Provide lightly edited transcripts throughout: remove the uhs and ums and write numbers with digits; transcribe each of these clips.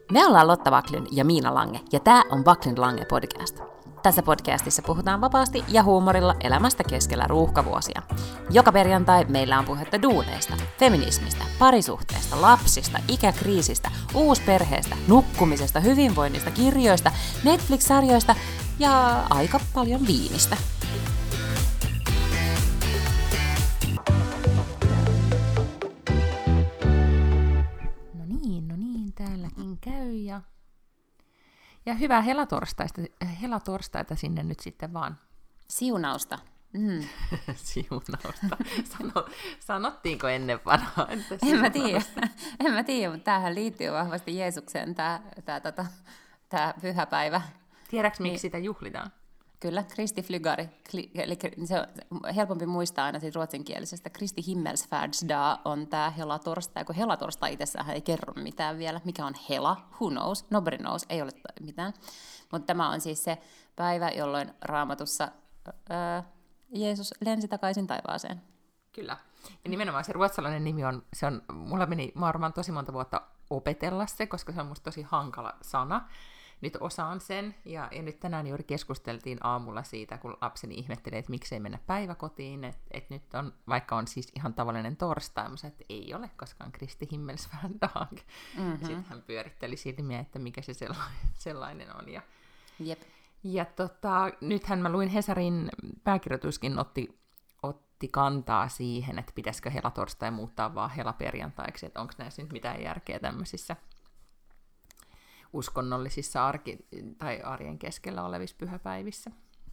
Me ollaan Lotta Wacklund ja Miina Lange, ja tää on Wacklund Lange podcast. Tässä podcastissa puhutaan vapaasti ja huumorilla elämästä keskellä ruuhkavuosia. Joka perjantai meillä on puhetta duuneista, feminismistä, parisuhteesta, lapsista, ikäkriisistä, uusperheestä, nukkumisesta, hyvinvoinnista, kirjoista, Netflix-sarjoista ja aika paljon viinistä. No niin, täälläkin käy ja hyvää helatorstaita sinne nyt sitten vaan. Siunausta. Siunausta. Sanottiinko ennen vanhaa? En mä tiedä, mutta tämähän liittyy vahvasti Jeesukseen, tämä pyhäpäivä. Tiedätkö, miksi sitä juhlitaan? Kyllä, Kristi Flygari, eli se on helpompi muistaa aina siitä ruotsinkielisestä. Kristi Himmelsfärdsdag on tämä helatorstai, kun helatorstai itsessään ei kerro mitään vielä. Mikä on hela? Who knows? Nobody knows, ei ole mitään. Mutta tämä on siis se päivä, jolloin Raamatussa Jeesus lensi takaisin taivaaseen. Kyllä. Ja nimenomaan se ruotsalainen nimi on, mulla meni varmaan tosi monta vuotta opetella se, koska se on musta tosi hankala sana. Nyt osaan sen, ja nyt tänään juuri keskusteltiin aamulla siitä, kun lapseni ihmettelee, että miksei mennä päiväkotiin, että nyt on, vaikka on siis ihan tavallinen torstai, mutta että ei ole koskaan Kristi Himmelsfärdsdag. Mm-hmm. Sitten hän pyöritteli silmiä, että mikä se sellainen on. Jep. Ja nythän mä luin Hesarin pääkirjoituskin otti kantaa siihen, että pitäisikö helatorstai muuttaa vaan helaperjantaiksi, että onko näissä nyt mitään järkeä tämmöisissä uskonnollisissa tai arjen keskellä olevissa pyhäpäivissä.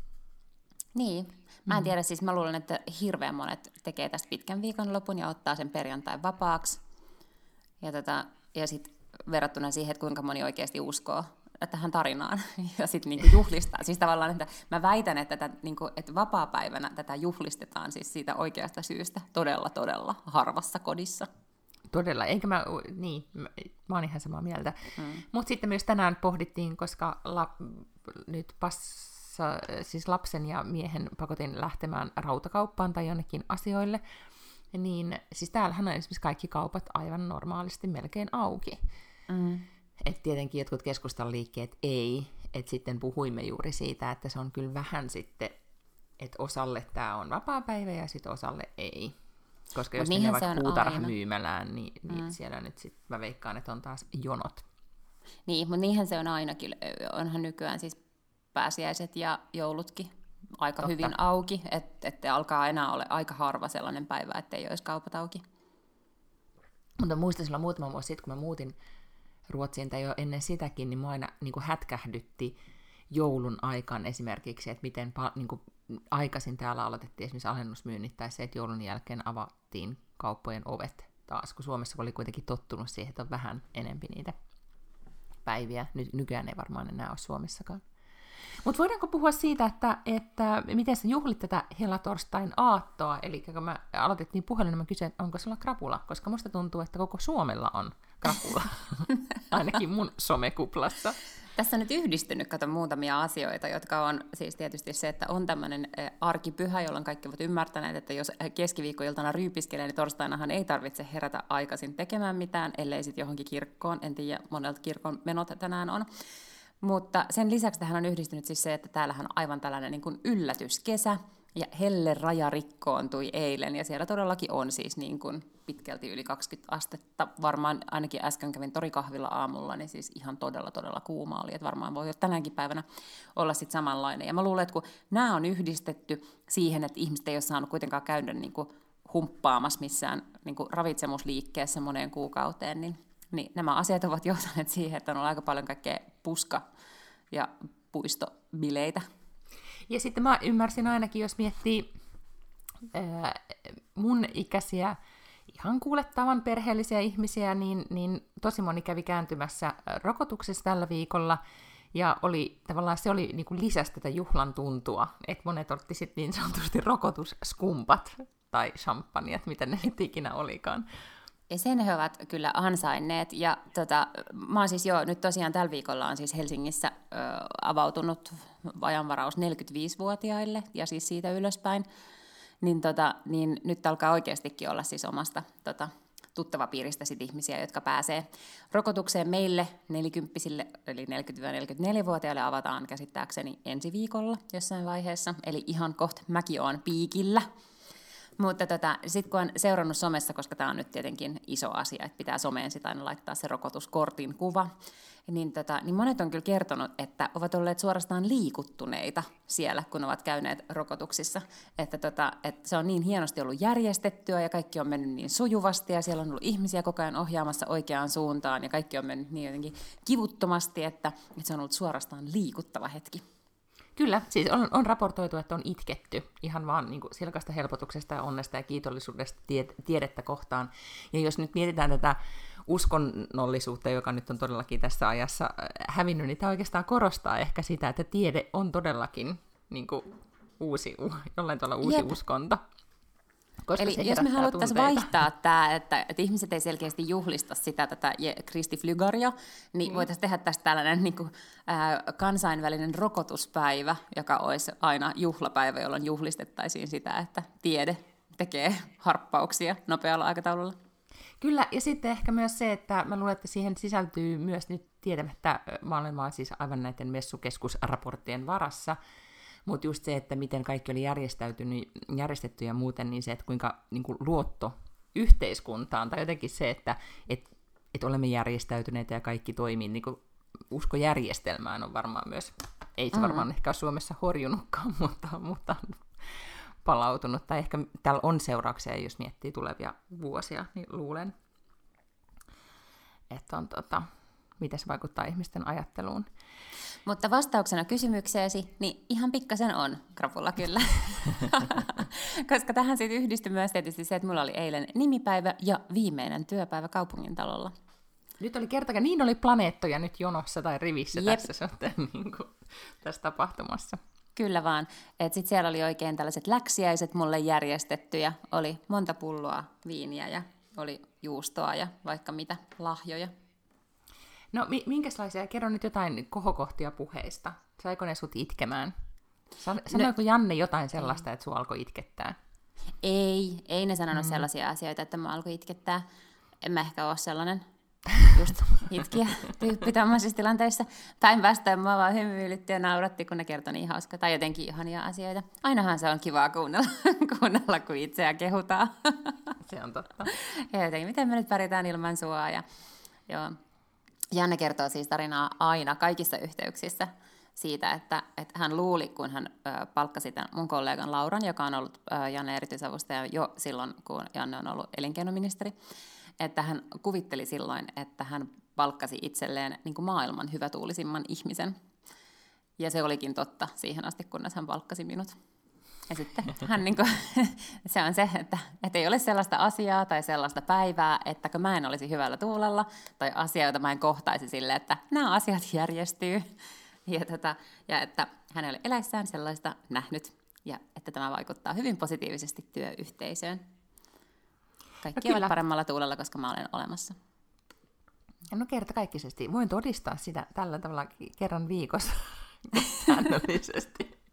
Niin. Mä en tiedä, siis mä luulen, että hirveän monet tekee tästä pitkän viikonlopun ja ottaa sen perjantain vapaaksi. Ja sitten verrattuna siihen, että kuinka moni oikeasti uskoo tähän tarinaan ja sitten niinku juhlistaa. Siis tavallaan, että mä väitän, että, että vapaapäivänä tätä juhlistetaan siis siitä oikeasta syystä todella, todella harvassa kodissa. Todella, eikä mä oon ihan samaa mieltä. Mutta sitten myös tänään pohdittiin, koska nyt siis lapsen ja miehen pakotin lähtemään rautakauppaan tai jonnekin asioille, niin siis täällähän on esimerkiksi kaikki kaupat aivan normaalisti melkein auki. Että tietenkin jotkut keskustan liikkeet ei, että sitten puhuimme juuri siitä, että se on kyllä vähän sitten, että osalle tämä on vapaapäivä ja sitten osalle ei. Koska jos menee vaikka puutarhamyymälään, niin siellä nyt sitten mä veikkaan, että on taas jonot. Niin, mutta niinhän se on aina kyllä. Onhan nykyään siis pääsiäiset ja joulutkin aika hyvin auki, että alkaa enää olla aika harva sellainen päivä, ettei olisi kaupat auki. Mutta muistan silloin muutama vuosi sitten, kun mä muutin Ruotsiin tai jo ennen sitäkin, niin mua aina niin kuin hätkähdytti joulun aikaan esimerkiksi, että miten niin kuin aikaisin täällä aloitettiin esimerkiksi alennusmyynnit tai se, että joulun jälkeen avattiin kauppojen ovet taas, kun Suomessa oli kuitenkin tottunut siihen, että on vähän enempi niitä päiviä. Nykyään ei varmaan enää ole Suomessakaan. Mutta voidaanko puhua siitä, että miten sä juhlit tätä helatorstain aattoa? Eli kun me aloitettiin puhelin, niin mä kysyin, että onko sulla krapula? Koska musta tuntuu, että koko Suomella on krapula. Ainakin mun somekuplassa. Tässä on nyt yhdistynyt, muutamia asioita, jotka on siis tietysti se, että on tämmöinen arkipyhä, jolloin kaikki ovat ymmärtäneet, että jos keskiviikkoiltana ryypiskelee, niin torstainahan ei tarvitse herätä aikaisin tekemään mitään, ellei sitten johonkin kirkkoon. En tiedä, monelta kirkon menot tänään on. Mutta sen lisäksi tähän on yhdistynyt siis se, että täällähän on aivan tällainen niin kuin yllätyskesä, ja helleraja rikkoontui eilen, ja siellä todellakin on siis niin kuin pitkälti yli 20 astetta. Varmaan ainakin äsken kävin torikahvilla aamulla, niin siis ihan todella, todella kuuma oli, että varmaan voi jo tänäänkin päivänä olla sitten samanlainen. Ja mä luulen, että kun nämä on yhdistetty siihen, että ihmiset ei ole saanut kuitenkaan käydä niin kuin humppaamassa missään niin kuin ravitsemusliikkeessä moneen kuukauteen, niin nämä asiat ovat johtaneet siihen, että on ollut aika paljon kaikkea puska- ja puistobileitä. Ja sitten mä ymmärsin ainakin, jos miettii mun ikäisiä, ihan kuulettavan perheellisiä ihmisiä, niin tosi moni kävi kääntymässä rokotuksessa tällä viikolla, ja se oli niin kuin lisäsi tätä juhlan tuntua, että monet otti sitten niin sanotusti rokotusskumpat tai champagnat, mitä ne nyt ikinä olikaan. Ja sen he ovat kyllä ansainneet, ja mä oon siis nyt tosiaan tällä viikolla on siis Helsingissä avautunut ajanvaraus 45-vuotiaille, ja siis siitä ylöspäin, niin nyt alkaa oikeastikin olla siis omasta tuttavapiiristä sit ihmisiä, jotka pääsee rokotukseen meille 40-vuotiaille, eli 40-44-vuotiaille avataan käsittääkseni ensi viikolla jossain vaiheessa, eli ihan kohta mäkin oon piikillä. Mutta sitten kun on seurannut somessa, koska tämä on nyt tietenkin iso asia, että pitää someen sitä aina laittaa se rokotuskortin kuva, niin monet on kyllä kertonut, että ovat olleet suorastaan liikuttuneita siellä, kun ovat käyneet rokotuksissa. Että se on niin hienosti ollut järjestettyä ja kaikki on mennyt niin sujuvasti ja siellä on ollut ihmisiä koko ajan ohjaamassa oikeaan suuntaan ja kaikki on mennyt niin jotenkin kivuttomasti, että se on ollut suorastaan liikuttava hetki. Kyllä, siis on raportoitu, että on itketty ihan vaan niin kuin silkasta helpotuksesta ja onnesta ja kiitollisuudesta tiedettä kohtaan. Ja jos nyt mietitään tätä uskonnollisuutta, joka nyt on todellakin tässä ajassa hävinnyt, niin tämä oikeastaan korostaa ehkä sitä, että tiede on todellakin niin kuin jollain tavalla uusi uskonto. Eli jos me haluttaisiin vaihtaa tämä, että ihmiset ei selkeästi juhlista sitä tätä kristiflygaria, niin voitaisiin tehdä tästä tällainen niin kuin, kansainvälinen rokotuspäivä, joka olisi aina juhlapäivä, jolloin juhlistettaisiin sitä, että tiede tekee harppauksia nopealla aikataululla. Kyllä, ja sitten ehkä myös se, että mä luulen, että siihen sisältyy myös nyt tietämättä, mä olen vaan siis aivan näiden messukeskusraporttien varassa, mutta just se, että miten kaikki oli järjestetty ja muuten, niin se, että kuinka niin kuin luotto yhteiskuntaan, tai jotenkin se, että olemme järjestäytyneitä ja kaikki toimii, niin kuin usko järjestelmään on varmaan myös, ei se varmaan ehkä ole Suomessa horjunutkaan, mutta palautunut, tai ehkä täällä on seurauksia, jos miettii tulevia vuosia, niin luulen, että on miten se vaikuttaa ihmisten ajatteluun. Mutta vastauksena kysymykseesi, niin ihan pikkasen on, Krapula kyllä. Koska tähän sitten yhdistyi myös tietysti se, että mulla oli eilen nimipäivä ja viimeinen työpäivä kaupungintalolla. Nyt oli kertakaan, niin oli planeettoja nyt jonossa tai rivissä tässä tapahtumassa. Kyllä vaan. Sitten siellä oli oikein tällaiset läksiäiset mulle järjestetty ja oli monta pulloa viiniä ja oli juustoa ja vaikka mitä lahjoja. No minkälaisia? Kerro nyt jotain kohokohtia puheista. Saiko ne sut itkemään? Sanoiko Janne jotain sellaista, että sua alkoi itkettää? Ei ne sanonut sellaisia asioita, että mä alkoi itkettää. En mä ehkä ole sellainen just itkiä tyyppi tämmöisissä tilanteissa. Päinvastoin mua vaan hymyilytti ja nauratti, kun ne kertoi niin hauska tai jotenkin ihania asioita. Ainahan se on kivaa kuunnella kun itseä kehutaan. Se on totta. Ja jotenkin, miten me nyt pärjätään ilman sua. Ja, joo. Janne kertoo siis tarinaa aina kaikissa yhteyksissä siitä, että hän luuli, kun hän palkkasi tämän mun kollegan Lauran, joka on ollut Janne erityisavustaja jo silloin, kun Janne on ollut elinkeinoministeri, että hän kuvitteli silloin, että hän palkkasi itselleen niin kuin maailman hyvätuulisimman ihmisen. Ja se olikin totta siihen asti, kunnes hän palkkasi minut. Ja sitten hän se on se, että ei ole sellaista asiaa tai sellaista päivää, että mä en olisi hyvällä tuulella, tai asiaa, jota mä en kohtaisi silleen, että nämä asiat järjestyy. Ja että hän ei ole eläissään sellaista nähnyt, ja että tämä vaikuttaa hyvin positiivisesti työyhteisöön. Kaikki ovat paremmalla tuulella, koska mä olen olemassa. No kertakaikkisesti. Voin todistaa sitä tällä tavalla kerran viikossa säännöllisesti.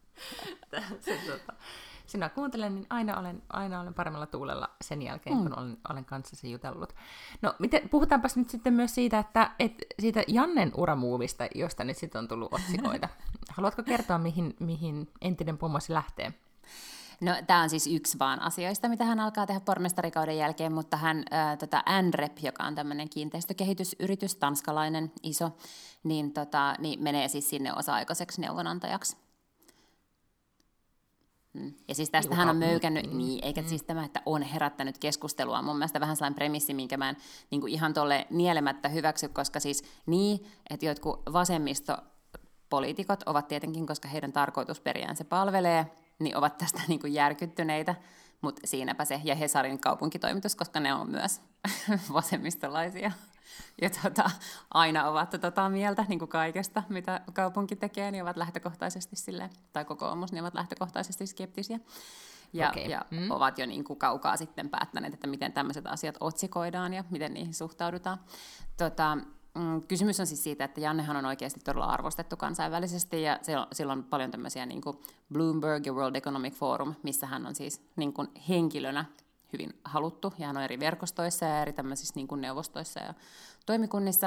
Sinä kuuntelen, niin aina olen paremmalla tuulella sen jälkeen, kun olen kanssasi jutellut. No, puhutaanpas nyt sitten myös siitä, että siitä Jannen uramuuvista, josta nyt sitten on tullut otsikoita. Haluatko kertoa, mihin entinen pomosi lähtee? No, tämä on siis yksi vaan asioista, mitä hän alkaa tehdä pormestarikauden jälkeen, mutta hän, NREP, joka on tämmöinen kiinteistökehitysyritys, tanskalainen iso, niin menee siis sinne osa-aikaiseksi neuvonantajaksi. Ja siis tästähän on möykännyt, eikä siis tämä, että on herättänyt keskustelua. Mun mielestä vähän sellainen premissi, minkä mä en niin kuin ihan tolle nielemättä hyväksy, koska siis että jotkut vasemmistopoliitikot ovat tietenkin, koska heidän tarkoitusperiään se palvelee, niin ovat tästä niin kuin järkyttyneitä, mutta siinäpä se, ja Hesarin kaupunkitoimitus, koska ne on myös vasemmistolaisia. Ja aina ovat mieltä niin kuin kaikesta, mitä kaupunki tekee, niin ovat lähtökohtaisesti silleen, tai kokoomus, niin ovat lähtökohtaisesti skeptisiä. Ja ovat jo niin kuin kaukaa sitten päättäneet, että miten tämmöiset asiat otsikoidaan ja miten niihin suhtaudutaan. Kysymys on siis siitä, että Jannehan on oikeasti todella arvostettu kansainvälisesti, ja sillä on paljon tämmöisiä niin kuin Bloomberg ja World Economic Forum, missä hän on siis niin kuin henkilönä hyvin haluttu, ja hän on eri verkostoissa ja eri tämmöisissä niin kuin neuvostoissa ja toimikunnissa,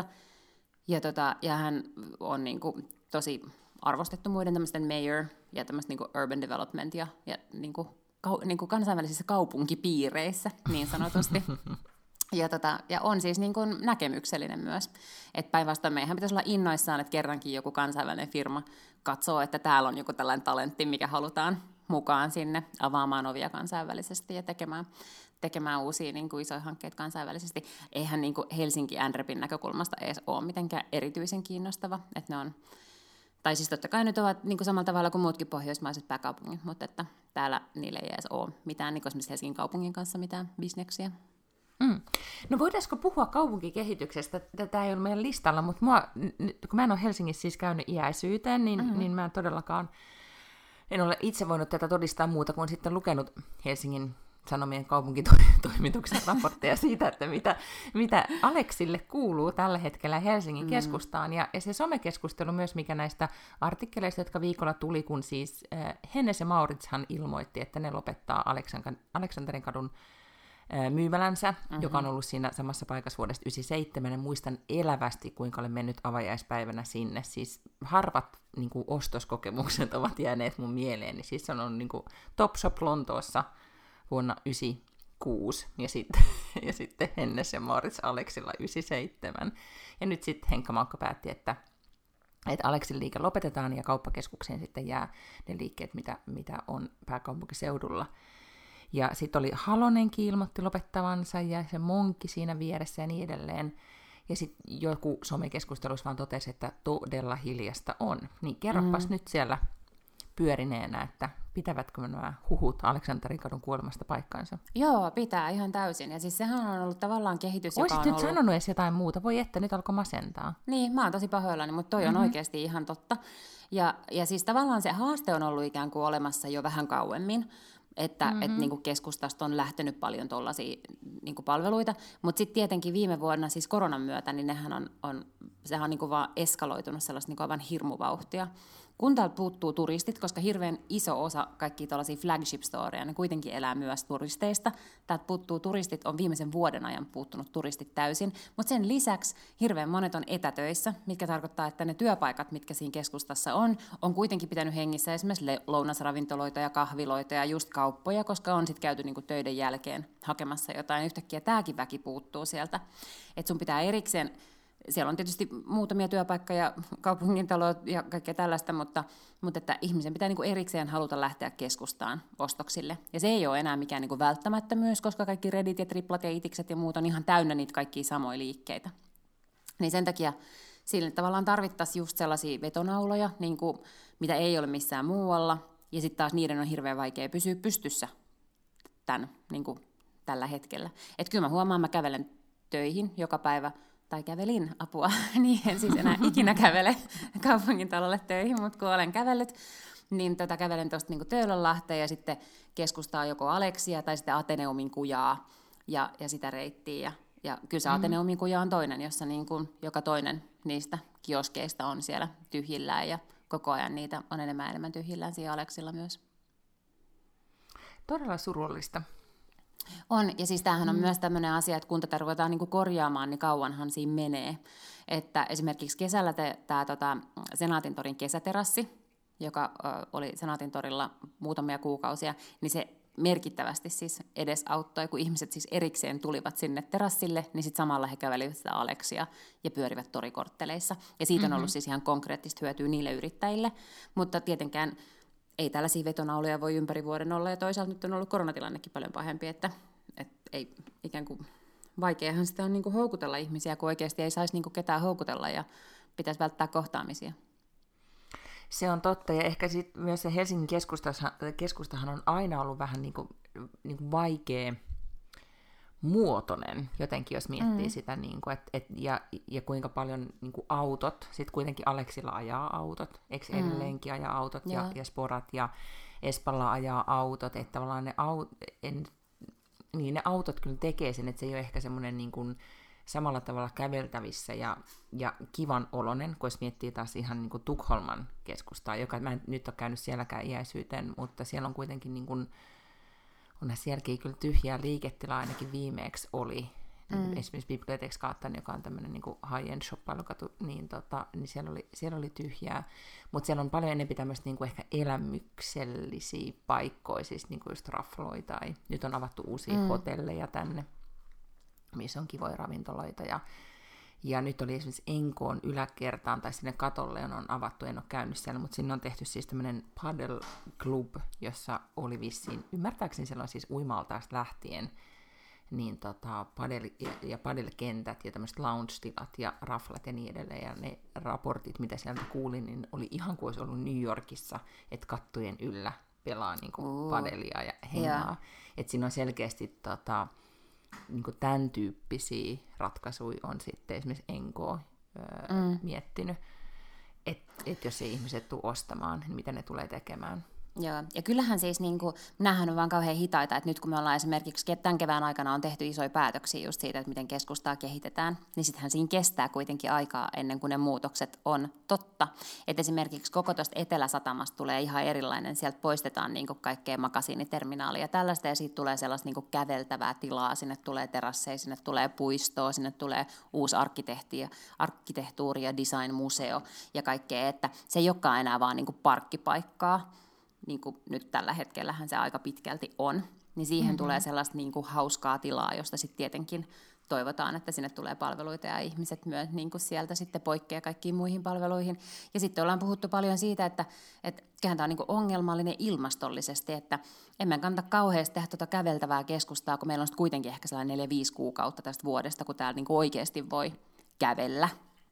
ja hän on niin kuin tosi arvostettu muiden tämmöisten mayor ja tämmöistä niin kuin urban development ja niin kuin kansainvälisissä kaupunkipiireissä niin sanotusti. Ja on siis niin kuin näkemyksellinen myös. Että päinvastoin meihän pitäisi olla innoissaan, että kerrankin joku kansainvälinen firma katsoo, että täällä on joku tällainen talentti, mikä halutaan mukaan sinne avaamaan ovia kansainvälisesti ja tekemään uusia niin kuin isoja hankkeita kansainvälisesti. Eihän niin kuin Helsinki NREPin näkökulmasta edes ole mitenkään erityisen kiinnostava. Että ne on, tai siis totta kai nyt ovat niin kuin samalla tavalla kuin muutkin pohjoismaiset pääkaupungit, mutta että täällä niillä ei edes ole mitään, niin kuin esimerkiksi Helsingin kaupungin kanssa mitään bisneksiä. No voitaisiko puhua kaupunkikehityksestä? Tätä ei ole meidän listalla, mutta kun mä en ole Helsingissä siis käynyt iäisyyteen, niin mä en ole itse voinut tätä todistaa muuta kuin sitten lukenut Helsingin Sanomien kaupunkitoimituksen raportteja siitä, että mitä Aleksille kuuluu tällä hetkellä Helsingin keskustaan. Ja se somekeskustelu myös, mikä näistä artikkeleista, jotka viikolla tuli, kun siis Hennes ja Mauritshan ilmoitti, että ne lopettaa Aleksanterin kadun myymälänsä, joka on ollut siinä samassa paikassa vuodesta 1997. Ja muistan elävästi, kuinka olen mennyt avajaispäivänä sinne. Siis harvat niin kuin ostoskokemukset ovat jääneet mun mieleeni. Siis se on ollut niin kuin Top Shop Lontoossa vuonna 1996, ja sitten Hennes ja Maurits Aleksilla 1997. Ja nyt sitten Henkka Maukka päätti, että Aleksin liike lopetetaan, ja kauppakeskukseen sitten jää ne liikkeet, mitä on pääkaupunkiseudulla. Ja sitten oli Halonenkin ilmoitti lopettavansa, ja se Monkki siinä vieressä ja niin edelleen. Ja sitten joku somekeskustelussa vaan totesi, että todella hiljasta on. Niin kerropas nyt siellä pyörineenä, että pitävätkö nämä huhut Aleksanterin kadun kuolemasta paikkaansa? Joo, pitää ihan täysin. Ja siis sehän on ollut tavallaan kehitys, joka on nyt sanonut edes jotain muuta. Voi että, nyt alkoi masentaa. Niin, mä oon tosi pahoillani, mutta toi on oikeasti ihan totta. Ja siis tavallaan se haaste on ollut ikään kuin olemassa jo vähän kauemmin, että niin kuin keskustasta on lähtenyt paljon tuollaisia niin kuin palveluita, mutta sitten tietenkin viime vuonna siis koronan myötä, niin sehän on niin kuin vaan eskaloitunut sellaista niin kuin aivan hirmuvauhtia. Kun täältä puuttuu turistit, koska hirveän iso osa kaikkia tuollaisia flagship storeja, ne kuitenkin elää myös turisteista. Täältä puuttuu turistit, on viimeisen vuoden ajan puuttunut turistit täysin, mutta sen lisäksi hirveän monet on etätöissä, mitkä tarkoittaa, että ne työpaikat, mitkä siinä keskustassa on kuitenkin pitänyt hengissä esimerkiksi lounasravintoloita ja kahviloita ja just kauppoja, koska on sitten käyty niinku töiden jälkeen hakemassa jotain. Yhtäkkiä tämäkin väki puuttuu sieltä, että sun pitää erikseen. Siellä on tietysti muutamia työpaikkoja, kaupungintalot ja kaikkea tällaista, mutta että ihmisen pitää niin kuin erikseen haluta lähteä keskustaan ostoksille. Ja se ei ole enää mikään niin kuin välttämättömyys, koska kaikki Reddit ja Triplat ja Itikset ja muut on ihan täynnä niitä kaikkia samoja liikkeitä. Niin sen takia sille tavallaan tarvittaisiin just sellaisia vetonauloja, niin kuin, mitä ei ole missään muualla, ja sitten taas niiden on hirveän vaikea pysyä pystyssä niin kuin tällä hetkellä. Että kyllä mä huomaan, mä kävelen töihin joka päivä, tai kävelin, apua, niin en siis enää ikinä kävele kaupungintalolle töihin, mutta kun olen kävellyt, niin kävelen tuosta niin Töölönlahteen ja sitten keskustaa joko Aleksia tai sitten Ateneumin kujaa ja sitä reittiä. Ja kyllä se Ateneumin kuja on toinen, jossa niin kuin joka toinen niistä kioskeista on siellä tyhjillään ja koko ajan niitä on enemmän tyhjillään siellä Aleksilla myös. Todella surullista. On, ja siis tämähän on myös tämmöinen asia, että kun tätä ruvetaan niin kuin korjaamaan, niin kauanhan siinä menee. Että esimerkiksi kesällä tämä Senaatintorin kesäterassi, joka oli Senaatintorilla muutamia kuukausia, niin se merkittävästi siis edesauttoi, kun ihmiset siis erikseen tulivat sinne terassille, niin sitten samalla he kävelivät sitä Aleksia ja pyörivät torikortteleissa. Ja siitä on ollut siis ihan konkreettista hyötyä niille yrittäjille, mutta tietenkään ei tällaisia vetonauloja voi ympäri vuoden olla, ja toisaalta nyt on ollut koronatilannekin paljon pahempi, että ei ikään kuin vaikeahan sitä on niin kuin houkutella ihmisiä, kun oikeasti ei saisi niin kuin ketään houkutella, ja pitäisi välttää kohtaamisia. Se on totta, ja ehkä sit myös se Helsingin keskustahan on aina ollut vähän niin kuin vaikea muotoinen, jotenkin jos miettii sitä, niin kuin, ja kuinka paljon niin kuin autot, sitten kuitenkin Aleksilla ajaa autot, eikö edelleenkin ajaa autot, ja Sporat ja Espalla ajaa autot, että tavallaan ne autot kyllä tekee sen, että se ei ole ehkä semmoinen niin kuin samalla tavalla käveltävissä ja kivan oloinen, kun jos miettii taas ihan niin kuin kunhan sielläkin kyllä tyhjää liiketilaa ainakin viimeeksi oli. Esimerkiksi Biblioteksgatan, joka on tämmöinen niin kuin high-end shoppailukatu, niin, niin siellä oli tyhjää. Mutta siellä on paljon enemmän tämmöistä niin kuin ehkä elämyksellisiä paikkoja, siis niin kuin just Rafloi tai nyt on avattu uusia hotelleja tänne, missä on kivoja ravintoloita. Ja nyt oli esimerkiksi Enkoon yläkertaan tai sinne katolle on avattu, en ole käynyt siellä, mutta sinne on tehty siis tämmöinen paddle club, jossa oli vissiin, ymmärtääkseni siellä on siis uima-altaasta lähtien, niin padelkentät ja tämmöiset lounge-tilat ja raflat ja niin edelleen. Ja ne raportit, mitä sieltä kuulin, niin oli ihan kuin olisi ollut New Yorkissa, että kattojen yllä pelaa niin kuin padelia ja hengaa. Että siinä on selkeästi niin kuin tämän tyyppisiä ratkaisuja on sitten esimerkiksi Enko miettinyt, että jos ei ihmiset tule ostamaan, niin mitä ne tulee tekemään. Joo, ja kyllähän siis, nämähän on vaan kauhean hitaita, että nyt kun me ollaan esimerkiksi tämän kevään aikana on tehty isoja päätöksiä just siitä, että miten keskustaa kehitetään, niin sittenhän siinä kestää kuitenkin aikaa ennen kuin ne muutokset on totta. Että esimerkiksi koko tuosta Etelä-Satamasta tulee ihan erilainen, sieltä poistetaan kaikkea makasiiniterminaalia ja tällaista, ja siitä tulee sellaista käveltävää tilaa, sinne tulee terasseja, sinne tulee puistoa, sinne tulee uusi arkkitehtuuri- ja designmuseo ja kaikkea, että se ei olekaan enää vaan parkkipaikkaa, niin kuin nyt tällä hetkellähän se aika pitkälti on, niin siihen tulee sellaista hauskaa tilaa, josta sitten tietenkin toivotaan, että sinne tulee palveluita ja ihmiset myös sieltä sitten poikkeaa kaikkiin muihin palveluihin. Ja sitten ollaan puhuttu paljon siitä, että kyllähän tämä on ongelmallinen ilmastollisesti, että emme kannata kauheasti tehdä tuota käveltävää keskustaa, kun meillä on kuitenkin ehkä sellainen 4-5 kuukautta tästä vuodesta, kun täällä oikeasti voi kävellä.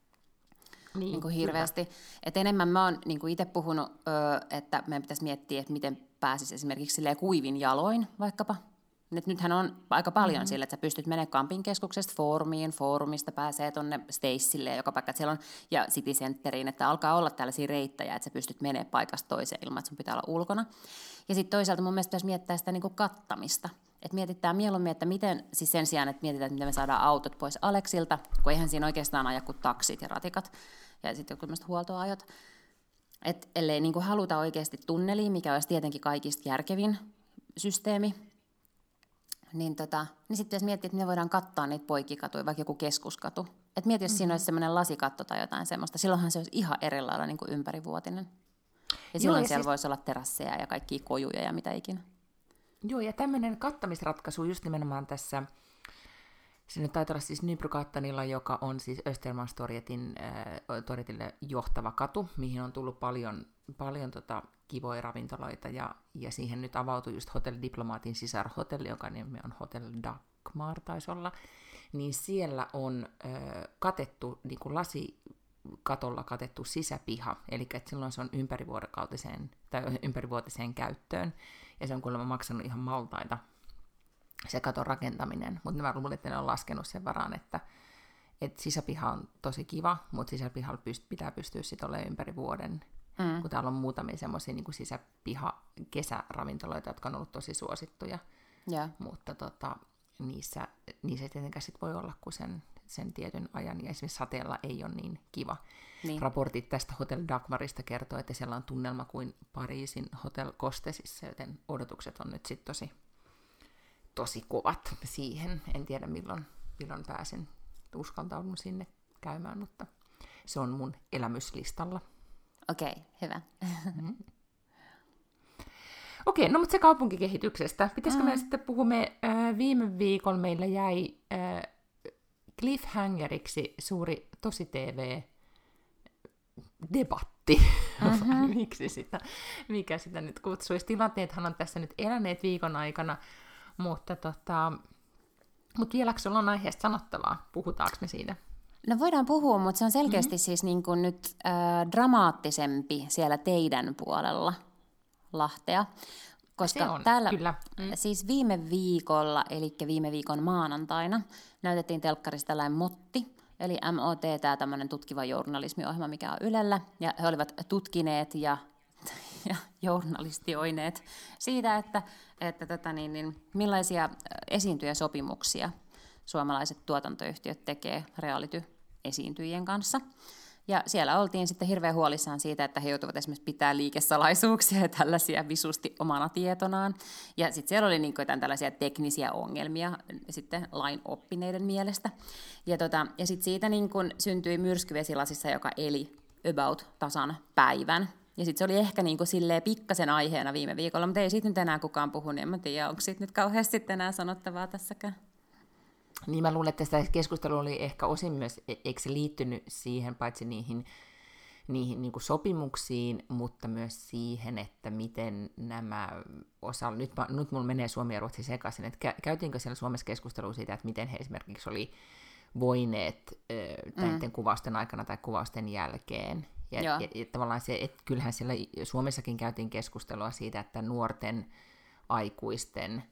Niin hirveästi. Et enemmän mä oon itse puhunut, että meidän pitäisi miettiä, että miten pääsisi esimerkiksi kuivin jaloin vaikkapa. Nythän on aika paljon sille, että sä pystyt menemään campinkeskuksesta foorumista pääsee tuonne Stacelle joka paikka, siellä on, ja City Centeriin, että alkaa olla tällaisia reittejä, että sä pystyt menemään paikasta toiseen ilman, että sun pitää olla ulkona. Ja sitten toisaalta mun mielestä pitäisi miettiä sitä kattamista. Että mietitään mieluummin, että miten, siis sen sijaan, että mietitään, että miten me saadaan autot pois Aleksilta, kun eihän siinä oikeastaan aja kuin taksit ja ratikat, ja sitten joku huoltoajot. Että ellei haluta oikeasti tunneliin, mikä olisi tietenkin kaikista järkevin systeemi, niin sitten pitäisi miettiä, että me voidaan kattaa niitä poikkikatuja, vaikka joku keskuskatu. Että mieti, jos siinä olisi semmoinen lasikatto tai jotain semmoista, silloinhan se olisi ihan eri lailla ympärivuotinen. Ja silloin siellä voisi olla terasseja ja kaikkia kojuja ja mitä ikinä. Joo, ja tämmöinen kattamisratkaisu just nimenomaan tässä, se nyt taitaa olla siis Nybrogattanilla, joka on siis Östermalmstorgetille johtava katu, mihin on tullut paljon kivoja ravintoloita, ja siihen nyt avautui just Hotel Diplomaatin sisarhotelli, joka nimi on Hotel Dagmar taisi olla, niin siellä on katettu, niin kuin lasikatolla katettu sisäpiha, eli että silloin se on ympärivuotiseen käyttöön, ja se on kuulemma maksanut ihan maltaita se katon rakentaminen, mutta mä luulen, että ne on laskenut sen varaan, että sisäpiha on tosi kiva, mutta sisäpihalla pitää pystyä sitten olemaan ympäri vuoden, kun täällä on muutamia semmoisia niin sisäpiha-kesäravintoloita, jotka on ollut tosi suosittuja, mutta niissä ei tietenkään sit voi olla kuin sen tietyn ajan, ja esimerkiksi sateella ei ole niin kiva. Niin. Raportit tästä Hotel Dagmarista kertoo, että siellä on tunnelma kuin Pariisin Hotel Costesissa, joten odotukset on nyt sitten tosi kovat siihen. En tiedä milloin pääsen, uskaltaudun sinne käymään, mutta se on mun elämyslistalla. Okei, hyvä. Okei, no mutta se kaupunkikehityksestä. Pitäisikö me sitten puhumme, viime viikolla meillä jäi cliffhangeriksi suuri tosi-TV-debatti. Mikä sitä nyt kutsuisi. Tilanteethan on tässä nyt eläneet viikon aikana, mutta vieläkö sulla on aiheesta sanottavaa? Puhutaanko me siitä? No voidaan puhua, mutta se on selkeästi siis niin kuin nyt dramaattisempi siellä teidän puolella Lahtea. Koska on, täällä kyllä. siis viime viikolla, eli viime viikon maanantaina, näytettiin telkkarissa tällainen Motti, eli MOT, tämä tämmöinen tutkiva journalismiohjelma, mikä on Ylellä, ja he olivat tutkineet ja journalistioineet siitä, että millaisia esiintyjäsopimuksia suomalaiset tuotantoyhtiöt tekee reality-esiintyjien kanssa. Ja siellä oltiin sitten hirveän huolissaan siitä, että he joutuvat esimerkiksi pitää liikesalaisuuksia ja tällaisia visusti omana tietonaan. Ja sitten siellä oli niin kuin jotain tällaisia teknisiä ongelmia sitten lain oppineiden mielestä. Ja sitten siitä niin kuin syntyi myrsky vesilasissa, joka eli about tasan päivän. Ja sitten se oli ehkä niin kuin silleen pikkasen aiheena viime viikolla, mutta ei siitä nyt enää kukaan puhu, niin en mä tiedä, onko siitä nyt kauheasti enää sanottavaa tässäkään. Niin mä luulen, että sitä keskustelua oli ehkä osin myös, eikö se liittynyt siihen, paitsi niihin niin kuin sopimuksiin, mutta myös siihen, että miten nämä nyt mulla menee Suomi ja Ruotsi sekaisin, että käytiinkö siellä Suomessa keskustelua siitä, että miten he esimerkiksi oli voineet näiden kuvausten aikana tai kuvausten jälkeen. Ja tavallaan se, että kyllähän siellä Suomessakin käytiin keskustelua siitä, että nuorten aikuisten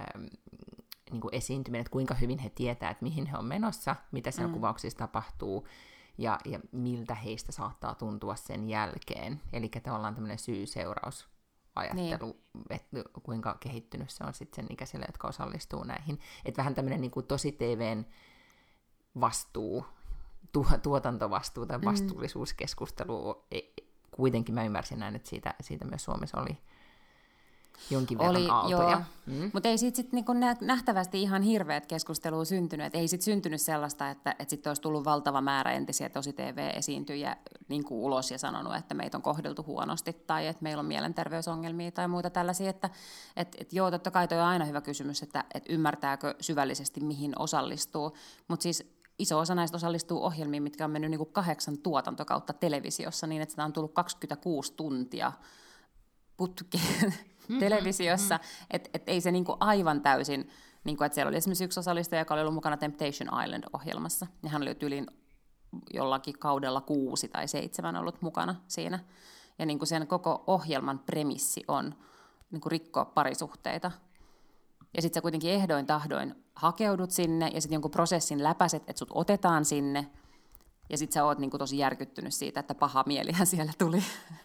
niin kuin esiintyminen, että kuinka hyvin he tietää, että mihin he on menossa, mitä siellä kuvauksissa tapahtuu, ja miltä heistä saattaa tuntua sen jälkeen. Eli tavallaan tämmöinen syy-seurausajattelu, että kuinka kehittynyt se on sitten sen ikäisille, jotka osallistuu näihin. Että vähän tämmöinen niin kuin tosi TVn vastuu, tuotantovastuu tai vastuullisuuskeskustelu, kuitenkin mä ymmärsin näin, että siitä myös Suomessa oli jonkin verran aaltoja. Mutta ei siitä niinku nähtävästi ihan hirveät keskustelua syntynyt. Et ei sit syntynyt sellaista, että sitten olisi tullut valtava määrä entisiä tosi TV-esiintyjiä niinku ulos ja sanonut, että meitä on kohdeltu huonosti tai että meillä on mielenterveysongelmia tai muita tällaisia. Että joo, totta kai toi on aina hyvä kysymys, että ymmärtääkö syvällisesti, mihin osallistuu. Mutta siis iso osa näistä osallistuu ohjelmiin, mitkä on mennyt niinku 8 tuotantokautta televisiossa niin, että sitä on tullut 26 tuntia putkeen televisiossa, että ei se niinku aivan täysin, niinku, että siellä oli esimerkiksi yksi osallistuja, joka oli ollut mukana Temptation Island-ohjelmassa, ja hän oli yliin jollakin kaudella 6 tai 7 ollut mukana siinä, ja niinku sen koko ohjelman premissi on niinku rikkoa parisuhteita, ja sitten sä kuitenkin ehdoin tahdoin hakeudut sinne, ja sitten jonkun prosessin läpäiset, että sut otetaan sinne, ja sitten sä oot niinku tosi järkyttynyt siitä, että paha mielihän siellä tuli.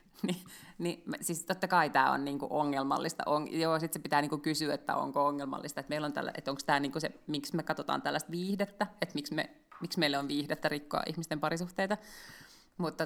Siis totta kai tämä on niinku ongelmallista. Sitten se pitää niinku kysyä, että onko ongelmallista, että meillä on että onko tämä niinku se, miksi me katsotaan tällaista viihdettä, että miksi meille on viihdettä rikkoa ihmisten parisuhteita. Mutta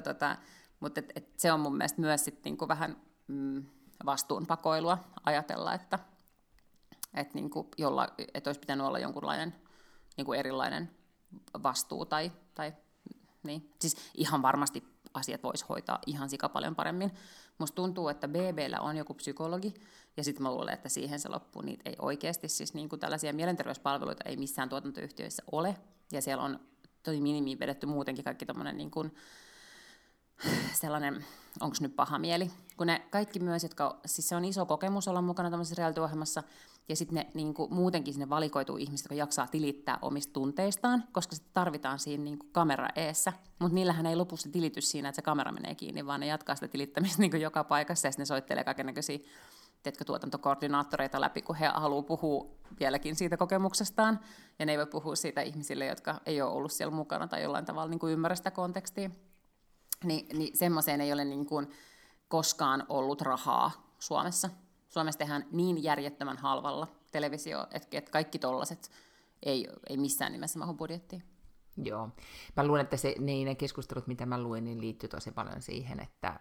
se on mun mielestä myös sit niinku vähän vastuunpakoilua ajatella, että niinku että olisi pitänyt olla jonkunlainen niinku erilainen vastuu tai niin. Siis ihan varmasti asiat voisi hoitaa ihan sikapaljon paremmin. Musta tuntuu, että BB:llä on joku psykologi, ja sitten mä luulen, että siihen se loppuu. Niitä ei oikeasti, siis niin kuin tällaisia mielenterveyspalveluita ei missään tuotantoyhtiöissä ole, ja siellä on tosi minimiin vedetty muutenkin kaikki tommoinen niin kuin sellainen, onko nyt paha mieli, kun ne kaikki myös, jotka, siis se on iso kokemus olla mukana tämmöisessä reality-ohjelmassa, ja sitten ne niin kuin, muutenkin sinne valikoituu ihmiset, jotka jaksaa tilittää omista tunteistaan, koska sitä tarvitaan siinä niin kuin kamera eessä, mutta niillähän ei lopu se tilitys siinä, että se kamera menee kiinni, vaan ne jatkaa sitä tilittämistä niin kuin joka paikassa, ja sitten ne soittelee kaikennäköisiä tuotantokoordinaattoreita läpi, kun he haluaa puhua vieläkin siitä kokemuksestaan, ja ne ei voi puhua siitä ihmisille, jotka ei ole ollut siellä mukana tai jollain tavalla niin kuin ymmärrä sitä kontekstia. Niin semmoiseen ei ole niin kuin koskaan ollut rahaa Suomessa. Suomessa tehdään niin järjettömän halvalla televisio, että kaikki tollaset ei missään nimessä mahu budjettiin. Joo. Mä luulen, että ne keskustelut, mitä mä luin, niin liittyy tosi paljon siihen, että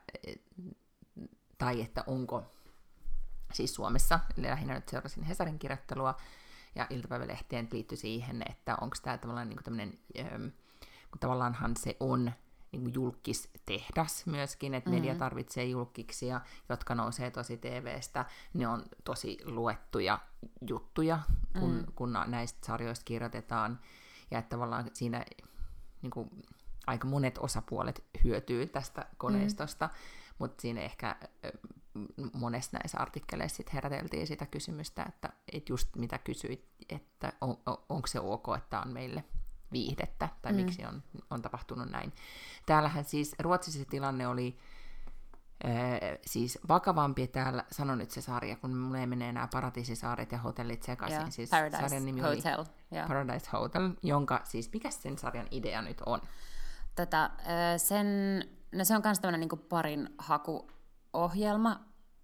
onko siis Suomessa, lähinnä nyt seurasin Hesarin kirjoittelua ja iltapäivälehtien liittyy siihen, että onko tämä tavallaan niin kuin tämmöinen, kun tavallaanhan se on niin julkistehdas myöskin, että media tarvitsee julkkiksia, jotka nousee tosi TV:stä. Ne on tosi luettuja juttuja, kun näistä sarjoista kirjoitetaan. Ja että tavallaan siinä niin kuin, aika monet osapuolet hyötyy tästä koneistosta, mutta siinä ehkä monessa näissä artikkeleissa sit heräteltiin sitä kysymystä, että just mitä kysyit, että onko se ok, että on meille viihdettä, tai miksi on tapahtunut näin. Täällähän siis Ruotsissa tilanne oli siis vakavampi, täällä sanon nyt se sarja, kun mulle menee nämä Paratiisisaaret ja hotellit sekaisin. Yeah, siis Paradise sarjan nimi Hotel. Oli Paradise Hotel, jonka siis, mikä sen sarjan idea nyt on? Se on myös tämmöinen niin parin hakuohjelma.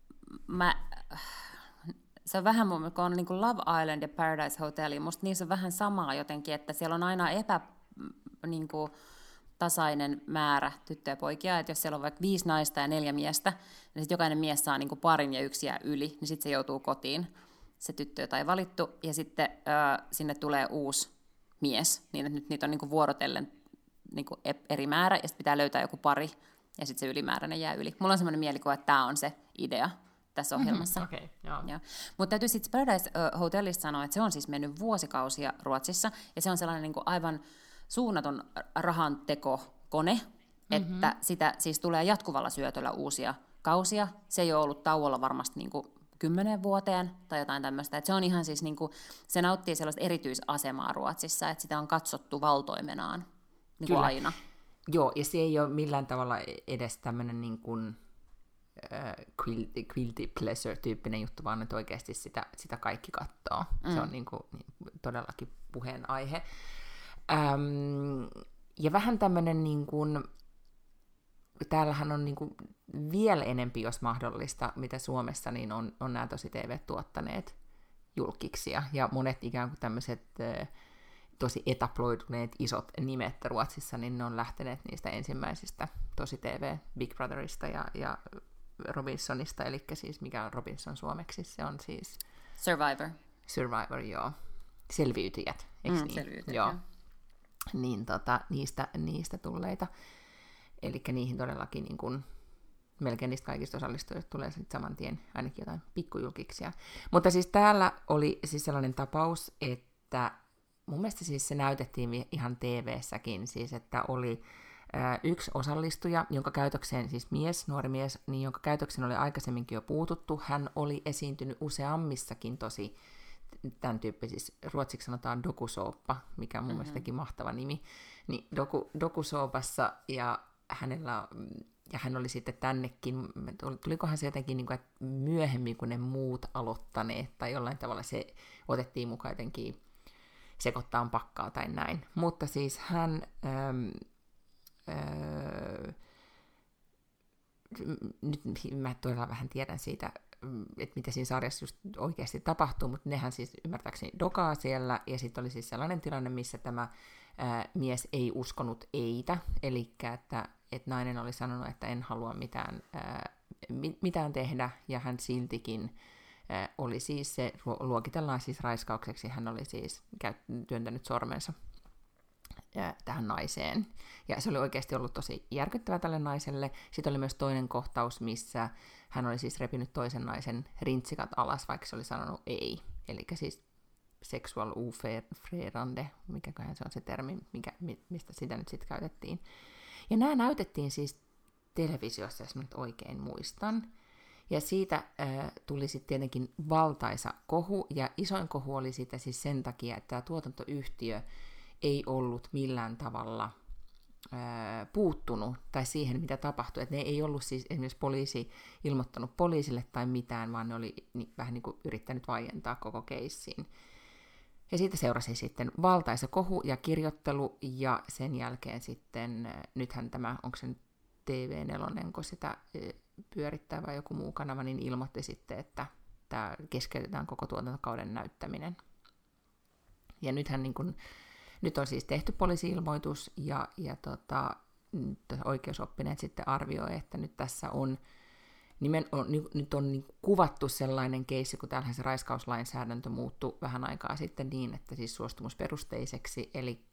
Se on vähän mun, kun on niin kuin Love Island ja Paradise Hotel, musta niissä on vähän samaa jotenkin, että siellä on aina tasainen määrä tyttöjä ja poikia, että jos siellä on vaikka 5 naista ja 4 miestä, niin sitten jokainen mies saa niin kuin parin ja 1 jää yli, niin sitten se joutuu kotiin, se tyttö, jota ei valittu, ja sitten sinne tulee uusi mies, niin että nyt niitä on niin kuin vuorotellen niin kuin eri määrä, ja sitten pitää löytää joku pari, ja sitten se ylimääräinen jää yli. Mulla on semmoinen mielikuva, että tämä on se idea tässä ohjelmassa. Okay, joo. Mutta täytyy sitten Paradise Hotelista sanoa, että se on siis mennyt vuosikausia Ruotsissa, ja se on sellainen niin kuin aivan suunnaton rahantekokone, että sitä siis tulee jatkuvalla syötöllä uusia kausia. Se ei ole ollut tauolla varmasti niin kuin 10 vuoteen tai jotain tämmöistä. Et se on ihan siis, niin kuin, se nauttii sellaista erityisasemaa Ruotsissa, että sitä on katsottu valtoimenaan niin kuin aina. Joo, ja se ei ole millään tavalla edes tämmöinen niin kuin guilty pleasure-tyyppinen juttu, vaan että oikeasti sitä kaikki katsoo. Se on niin kuin, todellakin puheenaihe. Ja vähän tämmöinen, niin kuin, täällähän on niin kuin vielä enempi, jos mahdollista, mitä Suomessa, niin on nämä tosi TV tuottaneet julkiksia. Ja monet ikään kuin tämmöiset tosi etabloituneet isot nimet Ruotsissa, niin ne on lähteneet niistä ensimmäisistä tosi TV Big Brotherista ja Robinsonista, eli siis mikä on Robinson suomeksi, se on siis Survivor, joo. Selviytyjät, eikö niin? Selviytyjät, joo. Niin niistä tulleita. Eli niihin todellakin niin kun, melkein niistä kaikista osallistujista tulee sitten saman tien ainakin jotain pikkujulkiksia. Mutta siis täällä oli siis sellainen tapaus, että mun mielestä siis se näytettiin ihan TV-säkin, siis että oli yksi osallistuja, jonka käytökseen siis nuori mies, niin jonka käytökseen oli aikaisemminkin jo puututtu. Hän oli esiintynyt useammissakin tosi tämän tyyppisissä, ruotsiksi sanotaan dokusooppa, mikä on mun mielestäkin mahtava nimi, niin dokusoopassa, ja hän oli sitten tännekin, tulikohan se jotenkin, niin kuin, että myöhemmin kuin ne muut aloittaneet, tai jollain tavalla se otettiin mukaan jotenkin sekoittaa pakkaa tai näin. Mutta siis hän nyt mä todella vähän tiedän siitä, että mitä siinä sarjassa just oikeasti tapahtuu, mutta nehän siis ymmärtääkseni dokaa siellä, ja sitten oli siis sellainen tilanne, missä tämä mies ei uskonut eitä, eli että nainen oli sanonut, että en halua mitään tehdä, ja hän siltikin oli siis se, luokitellaan siis raiskaukseksi, hän oli siis työntänyt sormensa tähän naiseen. Ja se oli oikeasti ollut tosi järkyttävä tälle naiselle. Sitten oli myös toinen kohtaus, missä hän oli siis repinyt toisen naisen rintsikat alas, vaikka se oli sanonut ei. Eli siis sexual ofredande, mikäköhän se on se termi, mistä sitä nyt sitten käytettiin. Ja nämä näytettiin siis televisiossa, jos mä nyt oikein muistan. Ja siitä tuli sitten tietenkin valtaisa kohu, ja isoin kohu oli siitä siis sen takia, että tämä tuotantoyhtiö ei ollut millään tavalla puuttunut tai siihen, mitä tapahtui. Että ne ei ollut siis esimerkiksi poliisi ilmoittanut poliisille tai mitään, vaan ne oli vähän niin kuin yrittänyt vaientaa koko keissiin. Ja siitä seurasi sitten valtaisa kohu ja kirjoittelu, ja sen jälkeen sitten, nythän tämä, onko se nyt TV4, kun sitä pyörittää vai joku muu kanava, niin ilmoitti sitten, että tämä keskeytetään koko tuotantokauden näyttäminen. Ja nythän niin kuin, nyt on siis tehty poliisi-ilmoitus, ja oikeusoppineet sitten arvioi, että nyt tässä on, nyt on niin kuvattu sellainen keissi, kun täällähän se raiskauslainsäädäntö muuttui vähän aikaa sitten niin, että siis suostumusperusteiseksi, eli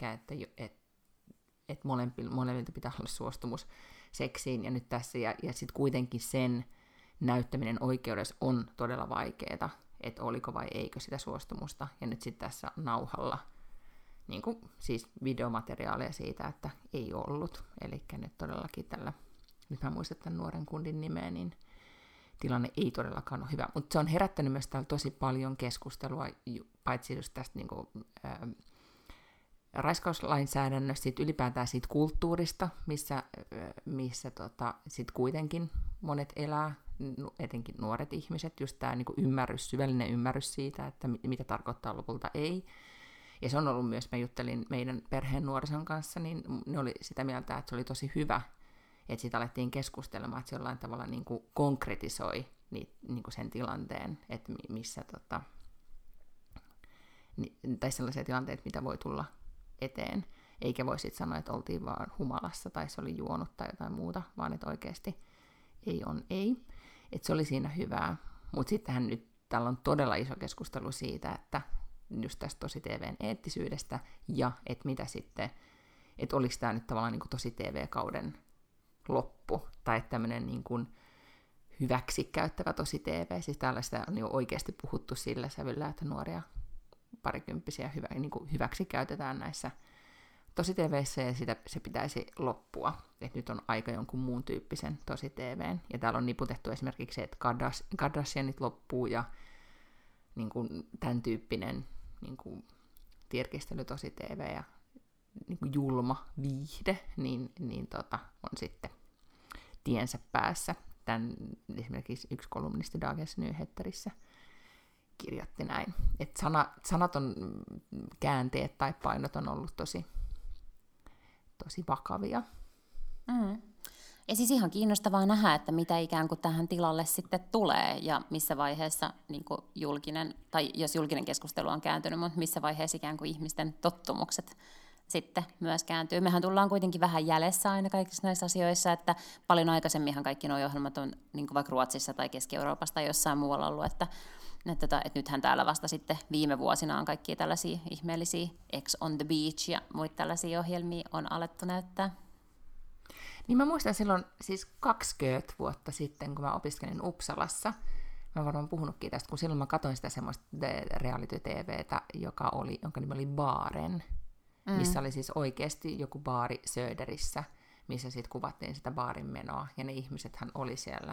että molemmilta pitää olla suostumus seksiin, ja nyt tässä, ja sitten kuitenkin sen näyttäminen oikeudessa on todella vaikeaa, että oliko vai eikö sitä suostumusta, ja nyt sitten tässä nauhalla niin kuin, siis videomateriaalia siitä, että ei ollut. Eli nyt todellakin nyt mä muistan tämän nuoren kundin nimeä, niin tilanne ei todellakaan ole hyvä. Mutta se on herättänyt myös täällä tosi paljon keskustelua, paitsi just tästä niin kuin, raiskauslainsäädännöstä, siitä ylipäätään siitä kulttuurista, missä sit kuitenkin monet elää, etenkin nuoret ihmiset, just tämä niin kuin syvällinen ymmärrys siitä, että mitä tarkoittaa lopulta ei. Ja se on ollut myös, mä juttelin meidän perheen nuorison kanssa, niin ne oli sitä mieltä, että se oli tosi hyvä, että siitä alettiin keskustelemaan, että se jollain tavalla niin kuin konkretisoi niin kuin sen tilanteen, että missä, tai sellaisia tilanteita, mitä voi tulla eteen. eikä voi sitten sanoa, että oltiin vaan humalassa tai se oli juonut tai jotain muuta, vaan että oikeasti ei on ei. Että se oli siinä hyvää. Mutta sittenhän nyt täällä on todella iso keskustelu siitä, että just tästä tosi TVn eettisyydestä ja että mitä sitten, että oliko tämä nyt tavallaan niin kuin tosi TV-kauden loppu tai että tämmöinen niin kuin hyväksikäyttävä tosi TV. Siis tällaista on jo oikeasti puhuttu sillä sävyllä, että nuoria parikymppisiä niin kuin hyväksi käytetään näissä tosi TV:ssä ja se pitäisi loppua. Että nyt on aika jonkun muun tyyppisen tosi TV:n. Ja täällä on niputettu esimerkiksi se, että Kardashianit loppuu ja niin kuin tämän tyyppinen niin kuin tirkistely tosi TV ja niin kuin julma viihde niin on sitten tiensä päässä. Tämän esimerkiksi yksi kolumnisti Dagens Nyheterissä kirjoitti näin, että sanaton käänteet tai painot on ollut tosi vakavia. Mm. Ja siis ihan kiinnostavaa nähdä, että mitä ikään kuin tähän tilalle sitten tulee ja missä vaiheessa niin kuin julkinen, tai jos julkinen keskustelu on kääntynyt, mutta missä vaiheessa ikään kuin ihmisten tottumukset sitten myös kääntyy. Mehän tullaan kuitenkin vähän jäljessä aina kaikissa näissä asioissa, että paljon aikaisemminhan kaikki nuo ohjelmat on niin kuin vaikka Ruotsissa tai Keski-Euroopassa tai jossain muualla ollut, että nythän täällä vasta sitten viime vuosina on kaikkia tällaisia ihmeellisiä Ex on the Beach ja muita tällaisia ohjelmia on alettu näyttää. Niin mä muistan silloin siis 20 vuotta sitten, kun mä opiskelin Uppsalassa, mä oon varmaan puhunutkin tästä, kun silloin mä katsoin sitä semmoista reality-tvtä, jonka nimi oli Baaren, missä oli siis oikeasti joku baari Söderissä, missä sitten kuvattiin sitä baarin menoa, ja ne ihmisethän oli siellä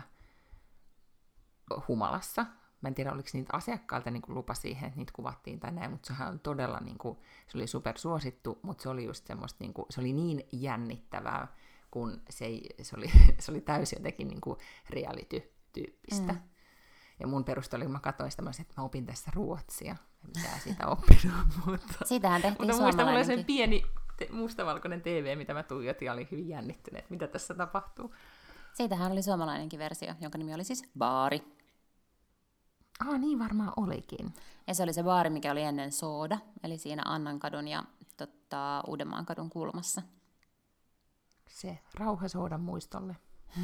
humalassa. Mä en tiedä, oliko niitä asiakkailta niin lupa siihen, että niitä kuvattiin tai näin, mutta sehän on todella, niin kuin, se oli supersuosittu, mutta se oli just semmoista, niin kuin, se oli niin jännittävää, kun se oli täysin jotenkin niin kuin reality-tyyppistä. Ja mun perusteella, kun mä katsoin sitä, että mä opin tässä ruotsia. Mitä siitä oppinut, mutta... Siitähän tehtiin mutta muistan, mulla oli sen suomalainenkin. pieni mustavalkoinen TV, mitä mä tuijotin, ja oli hyvin jännittynyt, että mitä tässä tapahtuu. Siitähän oli suomalainenkin versio, jonka nimi oli siis Baari. Niin varmaan olikin. Ja se oli se baari, mikä oli ennen Sooda, eli siinä Annankadun ja Uudenmaankadun kulmassa. Se Rauhasoodan muistolle.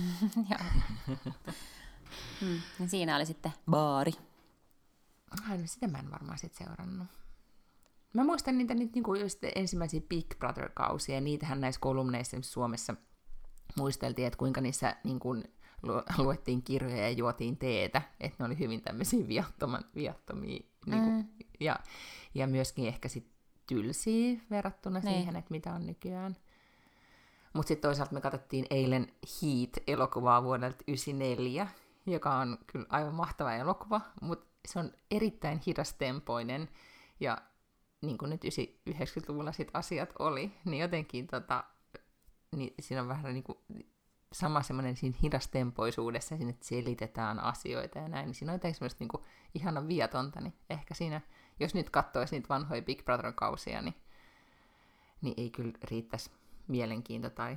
Ja siinä oli sitten baari. No sitä mä en varmaan sitten seurannut. Mä muistan niitä niinku just ensimmäisiä Big Brother-kausia, ja niitähän näissä kolumneissa Suomessa muisteltiin, että kuinka niissä niinku luettiin kirjoja ja juotiin teetä, että ne oli hyvin tämmöisiä viattomia niinku, ja myöskin ehkä sit tylsiä verrattuna siihen, että mitä on nykyään. Mutta sitten toisaalta me katsottiin eilen Heat-elokuvaa vuodelta 1994, joka on kyllä aivan mahtava elokuva, mutta se on erittäin hidastempoinen, ja niin kuin nyt 90-luvulla sit asiat oli, niin jotenkin niin siinä on vähän niin kuin sama semmoinen siinä hidastempoisuudessa, siinä, että selitetään asioita ja näin, niin siinä on jotenkin semmoista niin kuin ihana viatonta, niin ehkä siinä, jos nyt katsoisi niitä vanhoja Big Brother-kausia, niin ei kyllä riittäisi mielenkiinto tai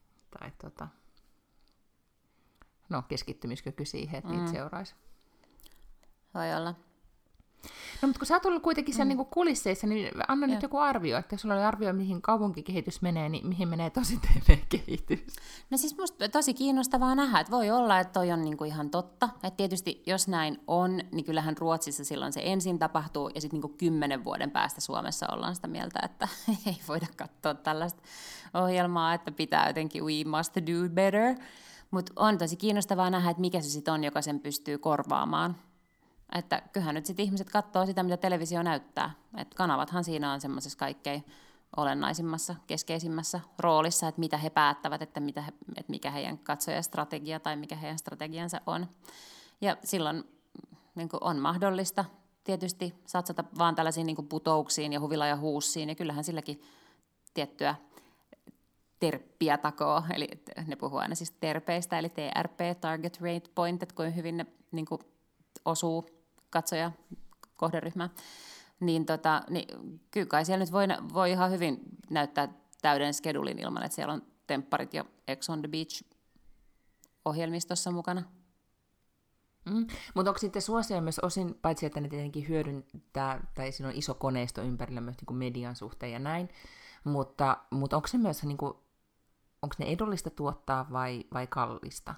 keskittymiskyky siihen, että niitä seuraisi. Voi olla. No, mutta kun sä oot ollut kuitenkin siellä niin kulisseissa, niin anna nyt joku arvio, että jos sulla oli arvio, mihin kaupunkikehitys menee, niin mihin menee tosi TV-kehitys? No siis musta tosi kiinnostavaa nähdä, että voi olla, että toi on niinku ihan totta. Että tietysti jos näin on, niin kyllähän Ruotsissa silloin se ensin tapahtuu, ja sitten niinku 10 vuoden päästä Suomessa ollaan sitä mieltä, että ei voida katsoa tällaista ohjelmaa, että pitää jotenkin we must do better. Mutta on tosi kiinnostavaa nähdä, että mikä se sitten on, joka sen pystyy korvaamaan. Että kyllähän nyt sitten ihmiset katsoo sitä, mitä televisio näyttää. Että kanavathan siinä on semmoisessa kaikkein olennaisimmassa, keskeisimmässä roolissa, että mitä he päättävät, että mikä heidän katsojastrategia tai mikä heidän strategiansa on. Ja silloin niin kuin on mahdollista tietysti satsata vaan tällaisiin niin kuin putouksiin ja huvila ja huussiin, ja kyllähän silläkin tiettyä terppiä takoo, eli ne puhuu aina siis terpeistä, eli TRP, Target Rate Point, että kuinka hyvin ne niin kuin osuu katsoja kohderyhmään, niin kyllä kai siellä nyt voi ihan hyvin näyttää täyden skedulin ilman, että siellä on tempparit ja Ex on the Beach ohjelmistossa mukana. Mutta onko sitten suosio myös osin, paitsi että ne tietenkin hyödyntää, tai siinä on iso koneisto ympärillä myös niin kuin median suhteen ja näin, Mutta onko se myös niin kuin, onko ne edullista tuottaa vai kallista?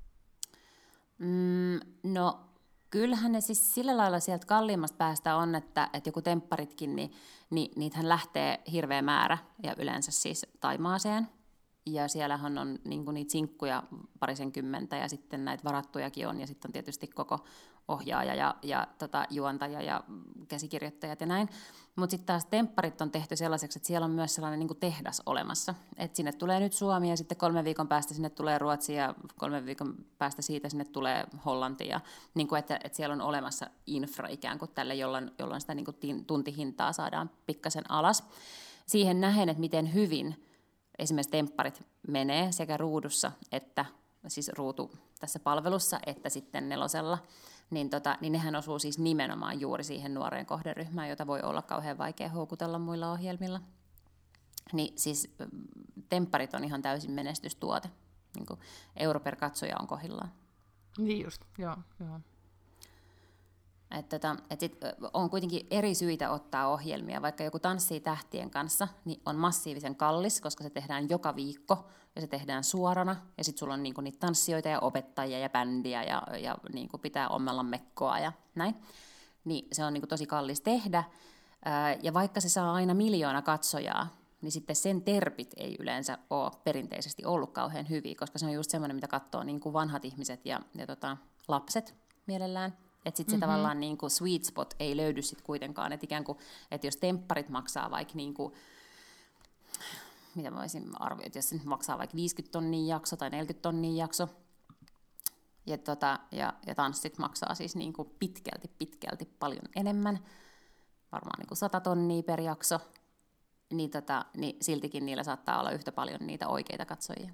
No kyllähän ne siis sillä lailla sieltä kalliimmasta päästä on, että joku tempparitkin, niin niitähän lähtee hirveä määrä ja yleensä siis Taimaaseen. Ja siellähän on niin kuin niitä sinkkuja parisenkymmentä ja sitten näitä varattujakin on ja sitten on tietysti koko ohjaaja ja juontaja ja käsikirjoittajat ja näin. Mutta sitten taas tempparit on tehty sellaiseksi, että siellä on myös sellainen niin kuin tehdas olemassa. Että sinne tulee nyt Suomi ja sitten 3 viikon päästä sinne tulee Ruotsi ja 3 viikon päästä siitä sinne tulee Hollanti. Ja niin kuin, että siellä on olemassa infra ikään kuin tälle, jolloin sitä niin kuin tuntihintaa saadaan pikkasen alas. Siihen nähen, että miten hyvin esimerkiksi tempparit menee sekä ruudussa että siis ruutu tässä palvelussa että sitten nelosella, niin nehän osuu siis nimenomaan juuri siihen nuoreen kohderyhmään, jota voi olla kauhean vaikea houkutella muilla ohjelmilla. Niin siis tempparit on ihan täysin menestystuote. Niin kuin euro per katsoja on kohdillaan. Niin just, joo. Että on kuitenkin eri syitä ottaa ohjelmia, vaikka joku Tanssii tähtien kanssa, niin on massiivisen kallis, koska se tehdään joka viikko ja se tehdään suorana ja sitten sulla on niinku niitä tanssijoita ja opettajia ja bändiä ja niinku pitää ommella mekkoa ja näin. Niin se on niinku tosi kallis tehdä ja vaikka se saa aina 1 miljoona katsojaa, niin sitten sen terpit ei yleensä ole perinteisesti ollut kauhean hyviä, koska se on just semmoinen, mitä katsoo niinku vanhat ihmiset ja lapset mielellään. Että sitten se tavallaan niin kuin sweet spot ei löydy sitten kuitenkaan, että ikään kuin, että jos tempparit maksaa vaikka niin kuin, mitä mä voisin arvioida, että jos se maksaa vaikka 50 tonnia jakso tai 40 tonnia jakso, ja tanssit maksaa siis niin kuin pitkälti paljon enemmän, varmaan niin kuin 100 tonnia per jakso, niin siltikin niillä saattaa olla yhtä paljon niitä oikeita katsojia.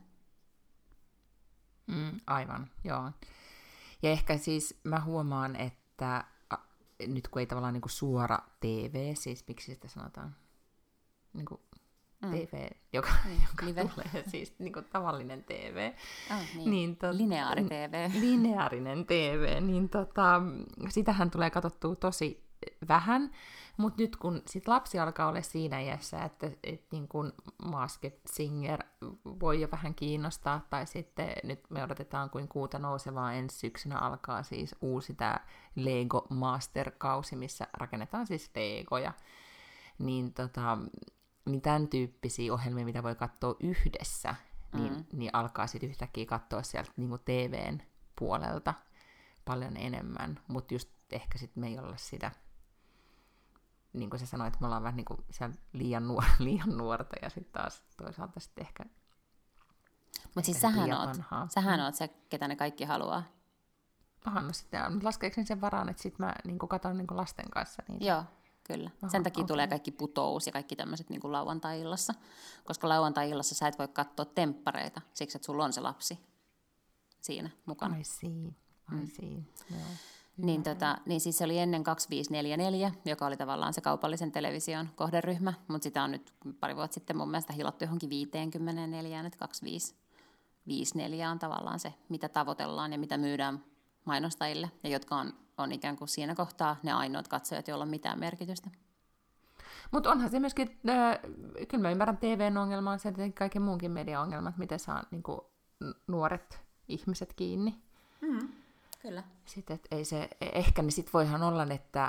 Aivan, joo. Ja ehkä siis mä huomaan, että nyt kun ei tavallaan niin kuin suora TV, siis miksi sitä sanotaan, niin kuin TV, joka tulee, siis niin kuin tavallinen TV. Niin lineaari TV. Lineaarinen TV, niin sitähän tulee katsottua tosi vähän, mutta nyt kun sit lapsi alkaa olla siinä iässä, että niin kun Masked Singer voi jo vähän kiinnostaa, tai sitten nyt me odotetaan kuin kuuta nousevaa, ensi syksynä alkaa siis uusi tämä Lego Master-kausi, missä rakennetaan siis Legoja, niin tämän tyyppisiä ohjelmia, mitä voi katsoa yhdessä, niin alkaa sitten yhtäkkiä katsoa sieltä niin kuin TVn puolelta paljon enemmän, mutta just ehkä sitten me ei olla sitä, niin kuin sä sanoit, että me ollaan vähän niin kuin liian nuorta ja sitten taas toisaalta sitten ehkä. Mutta siis sähän oot se, ketä ne kaikki haluaa. No sitten laskeeko sen varaan, että sitten mä niin katson niin lasten kanssa niitä. Joo, kyllä. Sen takia tulee kaikki Putous ja kaikki tämmöiset niin lauantai-illassa, koska lauantai-illassa sä et voi katsoa temppareita, siksi että sulla on se lapsi siinä mukana. I see. Joo. Niin siis se oli ennen 2544, joka oli tavallaan se kaupallisen television kohderyhmä, mutta sitä on nyt pari vuotta sitten mun mielestä hilottu johonkin 54, nyt 2554 on tavallaan se, mitä tavoitellaan ja mitä myydään mainostajille, ja jotka on ikään kuin siinä kohtaa ne ainoat katsojat, joilla on mitään merkitystä. Mutta onhan se myöskin, kyllä mä ymmärrän TVn ongelmaa, se tietenkin kaiken muunkin median ongelmat, miten saa niin kuin nuoret ihmiset kiinni. Kyllä. Sitten, ei se, ehkä niin sit voihan olla, että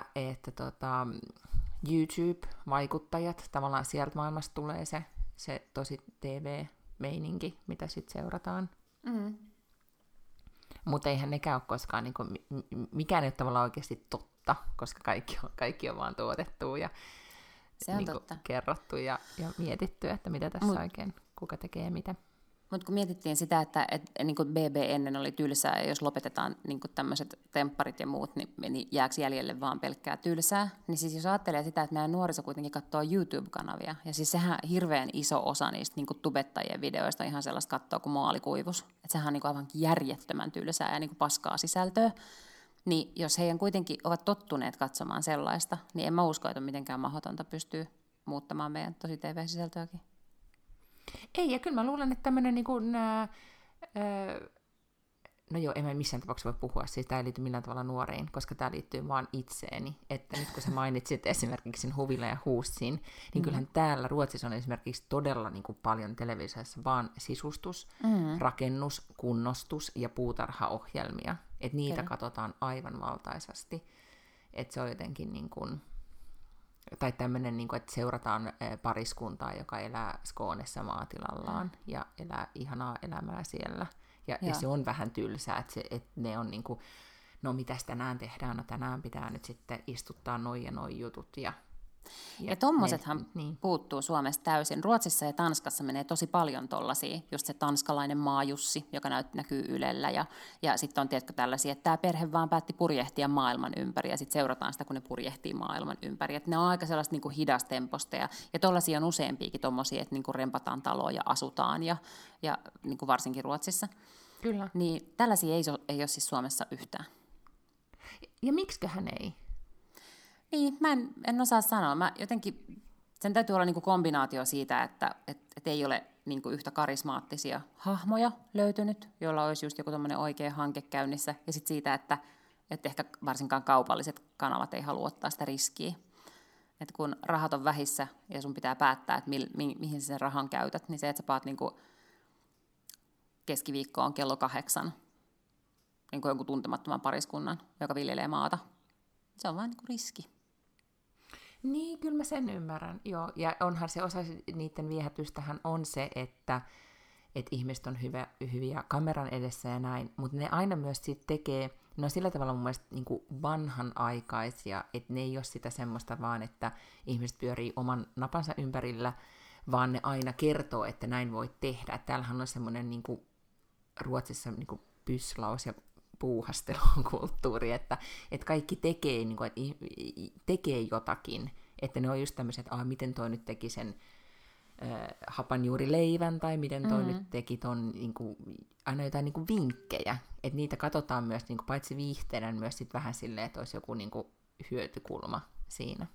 YouTube-vaikuttajat, tavallaan sieltä maailmasta tulee se tosi TV-meininki, mitä sitten seurataan. Mutta eihän nekään ole koskaan, niin kuin, mikään ei ole tavallaan oikeasti totta, koska kaikki on vaan tuotettu ja se on niin totta. Kerrottu ja mietitty, että mitä tässä oikein, kuka tekee mitä. Mutta kun mietittiin sitä, että niin kuin BB ennen oli tylsää, ja jos lopetetaan niin tämmöiset tempparit ja muut, niin jääkö jäljelle vaan pelkkää tylsää? Niin siis jos ajattelee sitä, että meidän nuoriso kuitenkin katsoo YouTube-kanavia, ja siis sehän hirveän iso osa niistä niin tubettajien videoista on ihan sellaista katsoa kuin maalikuivus. Että sehän on niin aivan järjettömän tylsää ja niin paskaa sisältöä. Niin jos heidän kuitenkin ovat tottuneet katsomaan sellaista, niin en mä usko, että on mitenkään mahdotonta pystyy muuttamaan meidän tosi TV-sisältöäkin. Ei, ja kyllä mä luulen, että tämmöinen niin kuin, no joo, en mä missään tapauksessa voi puhua, siis tämä ei liity millään tavalla nuoriin, koska tämä liittyy vaan itseeni. Että nyt kun sä mainitsit esimerkiksi sen Huvila ja Huussin, niin kyllähän täällä Ruotsissa on esimerkiksi todella niin kuin paljon televisiossa vaan sisustus, rakennus, kunnostus ja puutarhaohjelmia. Että niitä katsotaan aivan valtaisasti. Että se on jotenkin niin kuin, tai tämmöinen, niin kuin, että seurataan pariskuntaa, joka elää Skånessa maatilallaan ja elää ihanaa elämää siellä. Ja se on vähän tylsää, että ne on niinku, no mitäs tänään tehdään, no tänään pitää nyt sitten istuttaa noi jutut. Ja tommosethan puuttuu Suomesta täysin. Ruotsissa ja Tanskassa menee tosi paljon tollaisia, just se tanskalainen maajussi, joka näkyy Ylellä, ja sitten on tiedätkö tällaisia, että tämä perhe vaan päätti purjehtia maailman ympäri, ja sitten seurataan sitä, kun ne purjehtii maailman ympäri. Et ne on aika sellaista niinku hidastemposta, ja tollaisia on useampiakin tommosia, että niinku rempataan taloa ja asutaan, ja niinku varsinkin Ruotsissa. Kyllä. Niin tällaisia ei ole siis Suomessa yhtään. Ja miksiköhän ei? Niin, mä en osaa sanoa. Mä jotenkin, sen täytyy olla niinku kombinaatio siitä, että ei ole niinku yhtä karismaattisia hahmoja löytynyt, joilla olisi just joku tommoinen oikea hanke käynnissä, ja sitten siitä, että ehkä varsinkaan kaupalliset kanavat ei halua ottaa sitä riskiä. Että kun rahat on vähissä ja sun pitää päättää, että mihin sen rahan käytät, niin se, että sä paat niinku keskiviikkoon kello 8 niin kuin jonkun tuntemattoman pariskunnan, joka viljelee maata. Se on vain niin kuin riski. Niin, kyllä mä sen ymmärrän. Joo, ja onhan se osa niiden viehätystähän on se, että ihmiset on hyviä kameran edessä ja näin, mutta ne aina myös siitä tekee, ne on sillä tavalla mun mielestä niin kuin vanhanaikaisia, että ne ei ole sitä semmoista vaan, että ihmiset pyörii oman napansa ympärillä, vaan ne aina kertoo, että näin voi tehdä. Että täällähän on semmoinen niin kuin Ruotsissa niin kuin pyslaus ja puuhastelukulttuuri, että kaikki tekee, niin kuin, että tekee jotakin, että ne on just tämmöiset, että miten toi nyt teki sen hapanjuurileivän, tai miten toi nyt teki ton, niin kuin, aina jotain niin kuin vinkkejä, että niitä katsotaan myös niin kuin, paitsi viihteenä, myös sit vähän silleen, että olisi joku niin kuin, hyötykulma siinä.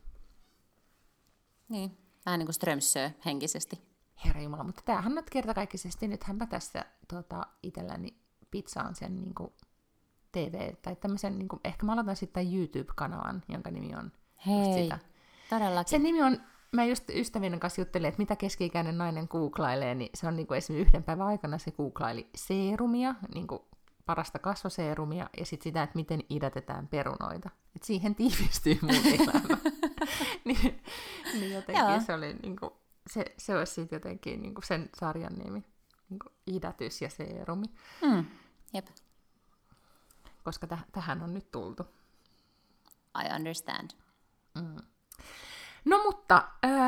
Niin, vähän niin kuin Strömsö henkisesti. Herra Jumala, mutta tämähän on kertakaikkisesti, nythän mä tässä itselläni pizzaan sen niin kuin TV, tai tämmöisen, niin kuin, ehkä mä aloitan sitten YouTube-kanavan, jonka nimi on Hei, sitä. Todellakin. Sen nimi on, mä just ystävien kanssa juttelin, että mitä keski-ikäinen nainen googlailee, niin se on niin kuin esimerkiksi yhden päivän aikana se googlaili seerumia, niin kuin parasta kasvoseerumia, ja sitten sitä, että miten idätetään perunoita. Et siihen tiivistyy mun elämä. niin jotenkin se oli niin kuin, se olisi sitten jotenkin niin kuin sen sarjan nimi. Niin kuin idätys ja seerumi. Jep. Koska tähän on nyt tultu. I understand. No mutta,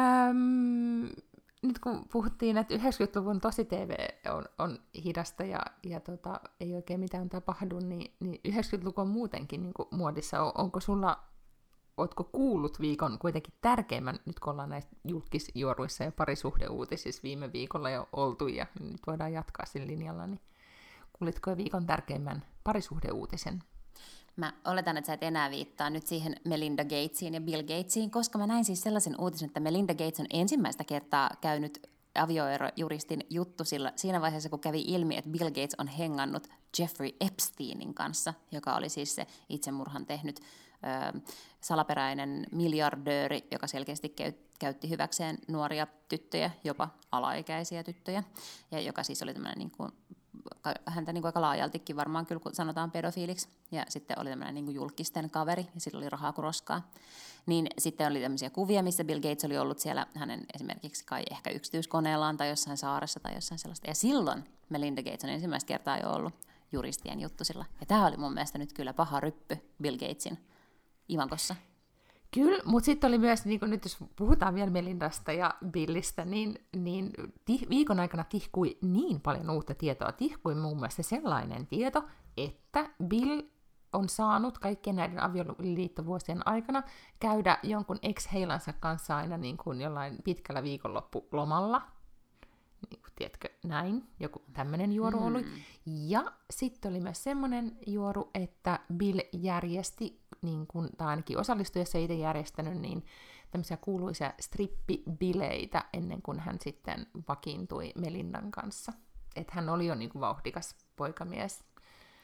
nyt kun puhuttiin, että 90-luvun tosi-TV on hidasta ja ei oikein mitään tapahdu, niin 90-luku on muutenkin niin kuin muodissa. Ootko kuullut viikon kuitenkin tärkeimmän, nyt kun ollaan näissä julkisjuoruissa ja parisuhdeuutisissa viime viikolla jo oltu, ja nyt voidaan jatkaa sillä linjalla, niin kuulitko viikon tärkeimmän parisuhdeuutisen? Mä oletan, että sä et enää viittaa nyt siihen Melinda Gatesiin ja Bill Gatesiin, koska mä näin siis sellaisen uutisen, että Melinda Gates on ensimmäistä kertaa käynyt avioerojuristin juttu siinä vaiheessa, kun kävi ilmi, että Bill Gates on hengannut Jeffrey Epsteinin kanssa, joka oli siis se itsemurhan tehnyt salaperäinen miljardööri, joka selkeästi käytti hyväkseen nuoria tyttöjä, jopa alaikäisiä tyttöjä, ja joka siis oli tämmöinen niin kuin häntä niin kuin aika laajaltikin varmaan kyllä, kun sanotaan pedofiiliksi, ja sitten oli tämmöinen niin kuin julkisten kaveri, ja sillä oli rahaa kuin roskaa. Niin sitten oli tämmöisiä kuvia, missä Bill Gates oli ollut siellä hänen esimerkiksi kai ehkä yksityiskoneellaan tai jossain saaressa tai jossain sellaista. Ja silloin Melinda Gates on ensimmäistä kertaa jo ollut juristien juttusilla. Ja tämä oli mun mielestä nyt kyllä paha ryppy Bill Gatesin ivankossa. Kyllä, mutta sitten oli myös, niin nyt jos puhutaan vielä Melindasta ja Billistä, niin viikon aikana tihkui niin paljon uutta tietoa. Tihkui muun muassa sellainen tieto, että Bill on saanut kaikkien näiden avioliittovuosien aikana käydä jonkun ex-heilansa kanssa aina niin kuin jollain pitkällä viikonloppulomalla. Niin kuin, tiedätkö, näin, joku tämmöinen juoru oli. Ja sitten oli myös semmoinen juoru, että Bill järjesti, niin kuin, tai ainakin osallistui, jos ei itse järjestänyt, niin tämmöisiä kuuluisia strippibileitä ennen kuin hän sitten vakiintui Melindan kanssa. Että hän oli jo niin kuin vauhdikas poikamies.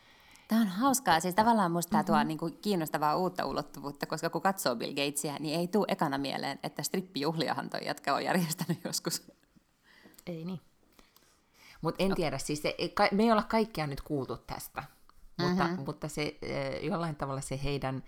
Tämä on hauskaa. Siis tavallaan musta tämä tuo niinku kiinnostavaa uutta ulottuvuutta, koska kun katsoo Bill Gatesia, niin ei tule ekana mieleen, että strippijuhliahan toi jätkä on järjestänyt joskus. Ei niin. Mutta en tiedä, siis me ei olla kaikkia nyt kuultu tästä, mutta se jollain tavalla se heidän,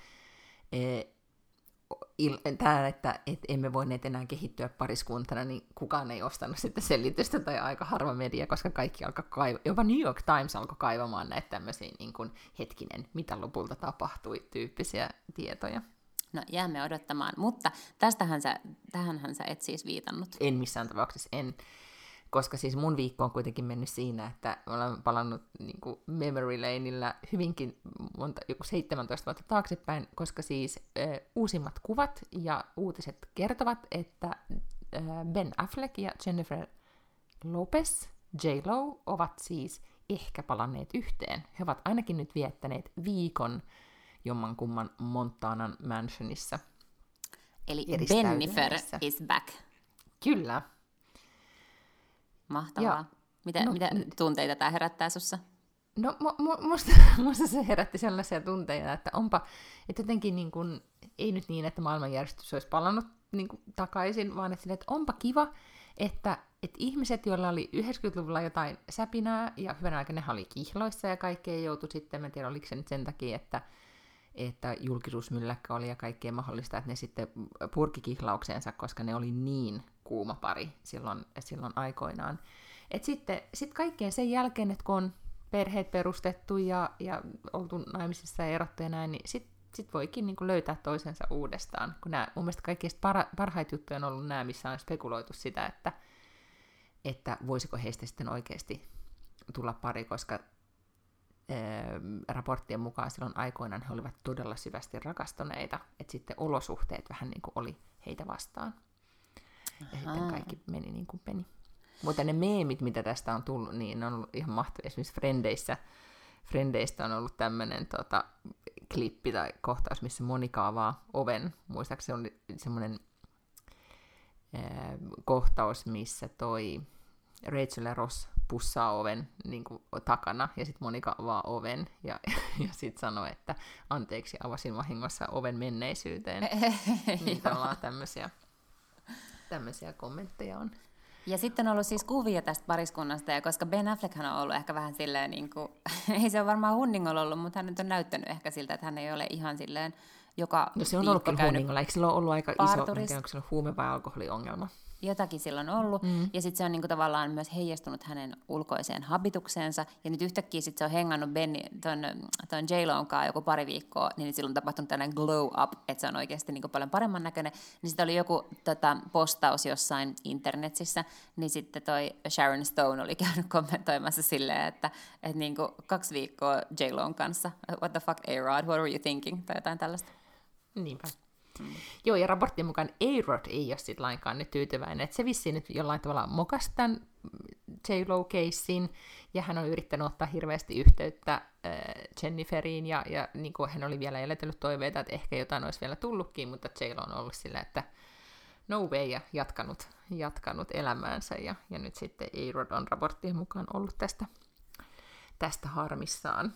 tämä, että emme voineet enää kehittyä pariskuntana, niin kukaan ei ostanut sitten selitystä tai aika harva media, koska kaikki alkoi jopa New York Times alkoi kaivamaan näitä tämmöisiä niin kuin, hetkinen, mitä lopulta tapahtui, tyyppisiä tietoja. No jäämme odottamaan, mutta tähänhän sä et siis viitannut. En missään tapauksessa, en. Koska siis mun viikko on kuitenkin mennyt siinä, että olen palannut niin kuin memory laneillä hyvinkin joku 17 vuotta taaksepäin, koska siis uusimmat kuvat ja uutiset kertovat, että Ben Affleck ja Jennifer Lopez, J.Lo, ovat siis ehkä palanneet yhteen. He ovat ainakin nyt viettäneet viikon jommankumman Montanan mansionissa. Eli Bennifer is back. Kyllä. Mahtavaa. Mitä tunteita tämä herättää sussa? No musta se herätti sellaisia tunteita, että jotenkin niin kuin, ei nyt niin, että maailmanjärjestys olisi palannut niin kuin takaisin, vaan että onpa kiva, että ihmiset, joilla oli 90-luvulla jotain säpinää, ja hyvänä aikana nehän oli kihloissa ja kaikkea joutui sitten, en tiedä oliko se nyt sen takia, että julkisuusmylläkkä oli ja kaikkea mahdollista, että ne sitten purki kihlaukseensa, koska ne oli niin kuuma pari silloin aikoinaan. Et sitten kaikkeen sen jälkeen, että kun on perheet perustettu ja oltu naimisissa ja erottu ja näin, niin sit voikin niin kuin löytää toisensa uudestaan. Kun mun mielestä kaikkein parhaita juttuja on ollut nämä, missä on spekuloitu sitä, että voisiko heistä sitten oikeasti tulla pari, koska raporttien mukaan silloin aikoinaan he olivat todella syvästi rakastuneita, että sitten olosuhteet vähän niin kuin oli heitä vastaan. Ja sitten kaikki meni niin kuin meni. Mutta ne meemit, mitä tästä on tullut, niin on ollut ihan mahtavia. Esimerkiksi Frendeistä on ollut tämmöinen klippi tai kohtaus, missä Monika avaa oven. Muistaakseni oli semmoinen kohtaus, missä toi Rachel ja Ross pussaa oven niin kuin takana, ja sitten Monika avaa oven, ja sitten sanoo, että anteeksi, avasin vahingossa oven menneisyyteen. Niin tavallaan tämmöisiä kommentteja on. Ja sitten on ollut siis kuvia tästä pariskunnasta, ja koska Ben Affleckhan on ollut ehkä vähän silleen, niin kuin, ei se ole varmaan hunningolla ollut, mutta hän nyt on näyttänyt ehkä siltä, että hän ei ole ihan silleen joka no se on ollut kyllä hunningolla, eikö sillä ole ollut aika iso, onko se huume- vai alkoholiongelma? Jotakin silloin ollut, ja sitten se on niinku tavallaan myös heijastunut hänen ulkoiseen habitukseensa, ja nyt yhtäkkiä sitten se on hengannut ton J.Lon kanssa joku pari viikkoa, niin silloin on tapahtunut tällainen glow up, että se on oikeasti niinku paljon paremman näköinen, niin sitten oli joku postaus jossain internetissä, niin sitten toi Sharon Stone oli käynyt kommentoimassa silleen, että niinku 2 viikkoa J.Lon kanssa, what the fuck A-Rod, what were you thinking, tai jotain tällaista. Niinpä. Joo, ja raporttien mukaan A-Rod ei ole sit lainkaan nyt tyytyväinen, että se vissiin nyt jollain tavalla mokasi tämän J.Lo-keissin, ja hän on yrittänyt ottaa hirveästi yhteyttä Jenniferiin, ja niin kuin hän oli vielä elätellyt toiveita, että ehkä jotain olisi vielä tullutkin, mutta J.Lo on ollut sillä, että no way, ja jatkanut elämäänsä, ja nyt sitten A-Rod on raporttien mukaan ollut tästä harmissaan.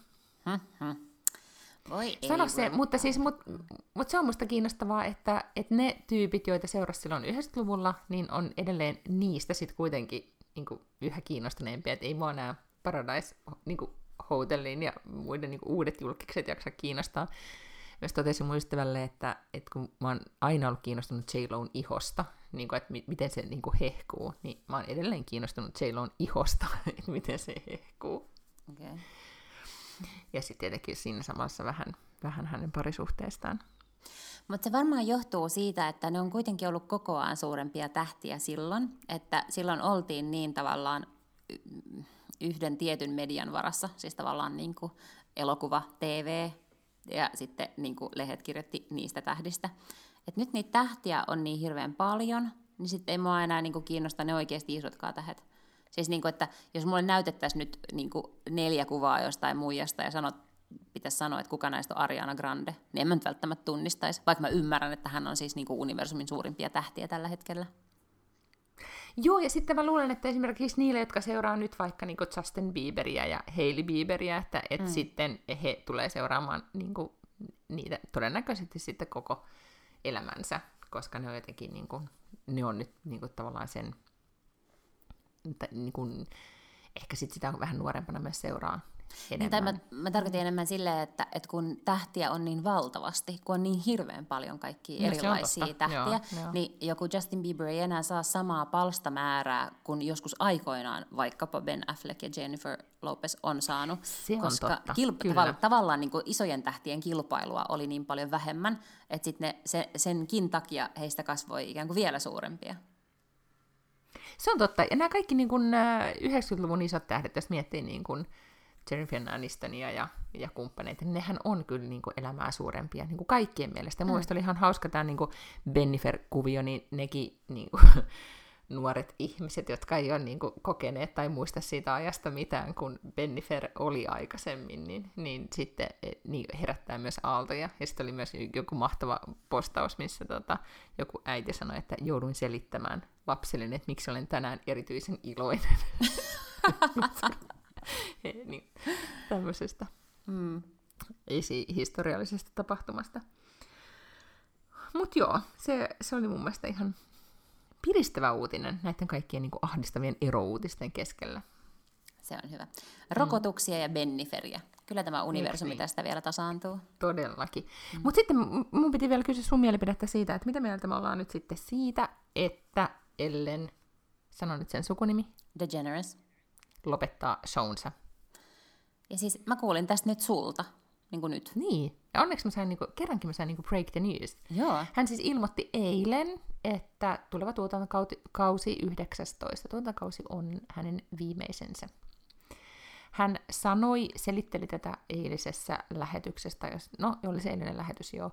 Sano se, mutta se on musta kiinnostavaa, että ne tyypit, joita seurasi silloin 90-luvulla, niin on edelleen niistä sitten kuitenkin niin kuin yhä kiinnostuneempia, että ei mua nämä Paradise niin kuin Hotelin ja muiden niin kuin uudet julkikset jaksa kiinnostaa. Myös totesin mun ystävälle, että kun mä oon aina ollut kiinnostunut J.Lon ihosta, niin kuin, että miten se niin kuin hehkuu, niin mä oon edelleen kiinnostunut J.Lon ihosta, että miten se hehkuu. Okay. Ja sitten tietenkin siinä samassa vähän hänen parisuhteestaan. Mutta se varmaan johtuu siitä, että ne on kuitenkin ollut kokoaan suurempia tähtiä silloin, että silloin oltiin niin tavallaan yhden tietyn median varassa, siis tavallaan niin kuin elokuva, TV ja sitten niin kuin lehdet kirjoitti niistä tähdistä. Et nyt niitä tähtiä on niin hirveän paljon, niin sitten ei mua enää niin kuin kiinnosta ne oikeasti isotkaan tähdet. Siis niin kuin, että jos mulle näytettäisiin nyt niin kuin 4 kuvaa jostain muijasta ja pitäisi sanoa, että kuka näistä on Ariana Grande, niin en mä nyt välttämättä tunnistaisi, vaikka mä ymmärrän, että hän on siis niin kuin universumin suurimpia tähtiä tällä hetkellä. Joo, ja sitten mä luulen, että esimerkiksi niille, jotka seuraa nyt vaikka niin Justin Bieberia ja Hailey Bieberia, että sitten he tulee seuraamaan niin niitä todennäköisesti sitten koko elämänsä, koska ne on jotenkin, niin kuin, ne on nyt niin kuin, tavallaan sen, niin kuin, ehkä sitten sitä on vähän nuorempana myös seuraa enemmän. Niin, tai mä tarkoitin enemmän silleen, että kun tähtiä on niin valtavasti, kun on niin hirveän paljon kaikkia erilaisia tähtiä, niin joku Justin Bieber ei enää saa samaa palstamäärää kuin joskus aikoinaan vaikkapa Ben Affleck ja Jennifer Lopez on saanut, se on koska tavallaan niin kuin isojen tähtien kilpailua oli niin paljon vähemmän, että sitten senkin takia heistä kasvoi ikään kuin vielä suurempia. Se on totta, ja nämä kaikki niin kuin, 90-luvun isot tähdet, jos miettii niin kuin Jennifer Anistonia ja kumppaneita, niin nehän on kyllä niin kuin elämää suurempia niin kuin kaikkien mielestä. Mun mielestä oli ihan hauska tämä niin kuin Bennifer-kuvio, niin nekin niin kuin, nuoret ihmiset, jotka ei ole niin kuin kokeneet tai muista siitä ajasta mitään, kun Bennifer oli aikaisemmin, niin sitten niin herättää myös aaltoja. Ja sitten oli myös joku mahtava postaus, missä joku äiti sanoi, että jouduin selittämään lapselleni, että miksi olen tänään erityisen iloinen. Niin, tämmöisestä historiallisesta tapahtumasta. Mutta joo, se oli mun mielestä ihan piristävä uutinen näiden kaikkien niin kuin ahdistavien erouutisten keskellä. Se on hyvä. Rokotuksia ja Benniferiä. Kyllä tämä universumi tästä vielä tasaantuu. Todellakin. Mutta sitten mun piti vielä kysyä sun mielipidettä siitä, että mitä mieltä me ollaan nyt sitten siitä, että Ellen, sano nyt sen sukunimi, DeGeneres, lopettaa shownsa. Ja siis mä kuulin tästä nyt sulta, niin kuin nyt. Niin, ja onneksi kerrankin mä sain break the news. Joo. Hän siis ilmoitti eilen, että tuleva tuotantokausi 19. tuotantokausi on hänen viimeisensä. Hän selitteli tätä eilisessä lähetyksessä, oli se eilinen lähetys jo,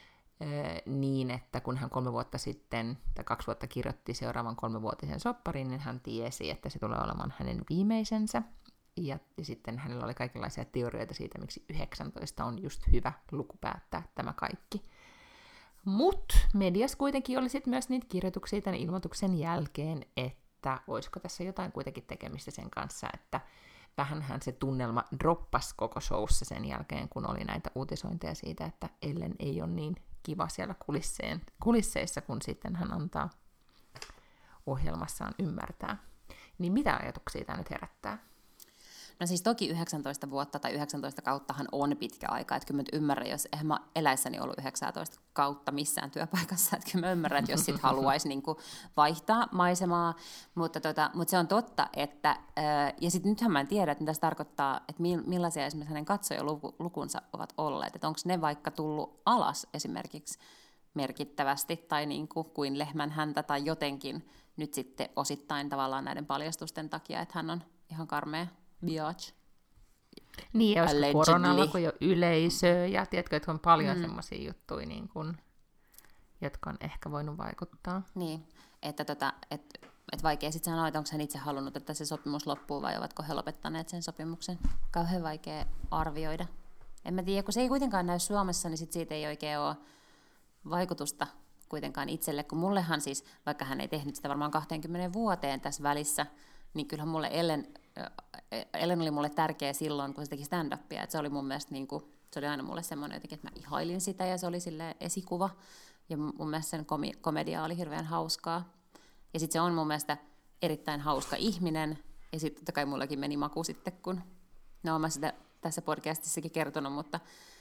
niin, että kun hän 3 vuotta sitten, tai 2 vuotta kirjoitti seuraavan 3-vuotisen sopparin, niin hän tiesi, että se tulee olemaan hänen viimeisensä. Ja sitten hänellä oli kaikenlaisia teorioita siitä, miksi 19 on just hyvä luku päättää tämä kaikki. Mutta mediassa kuitenkin oli sitten myös niitä kirjoituksia tämän ilmoituksen jälkeen, että olisiko tässä jotain kuitenkin tekemistä sen kanssa, että vähänhän se tunnelma droppasi koko showssa sen jälkeen, kun oli näitä uutisointeja siitä, että Ellen ei ole niin kiva siellä kulisseissa, kun sitten hän antaa ohjelmassaan ymmärtää. Niin mitä ajatuksia tämä nyt herättää? No siis toki 19 vuotta tai 19 kauttahan on pitkä aika, että kyllä mä ymmärrän, jos eihän mä eläissäni ollut 19 kautta missään työpaikassa, että kyllä mä ymmärrän, että jos sit haluaisi niin kuin vaihtaa maisemaa, mutta se on totta, että, ja sitten nythän mä en tiedä, että mitä se tarkoittaa, että millaisia esimerkiksi hänen katsojalukunsa ovat olleet, että onko ne vaikka tullut alas esimerkiksi merkittävästi tai niin kuin lehmän häntä tai jotenkin nyt sitten osittain tavallaan näiden paljastusten takia, että hän on ihan karmea biatch. Niin, ja olisiko koronalla, kun jo yleisöä, ja tiedätkö, että on paljon semmoisia juttuja, niin kun, jotka on ehkä voinut vaikuttaa. Niin, että vaikea sitten sanoa, että onko hän itse halunnut, että se sopimus loppuu, vai ovatko he lopettaneet sen sopimuksen. Kauhean vaikea arvioida. En mä tiedä, kun se ei kuitenkaan näy Suomessa, niin siitä ei oikein ole vaikutusta kuitenkaan itselle, kun mullehan siis, vaikka hän ei tehnyt sitä varmaan 20 vuoteen tässä välissä, niin kyllähän mulle Ellen oli mulle tärkeä silloin, kun se teki stand-upia, että se oli mun mielestä niin kuin, se oli aina mulle semmoinen jotenkin, että mä ihailin sitä ja se oli silleen esikuva ja mun mielestä sen komedia oli hirveän hauskaa. Ja sitten se on mun mielestä erittäin hauska ihminen ja sitten totta kai mullakin meni maku sitten, kun mä sitä tässä podcastissakin kertonut, mutta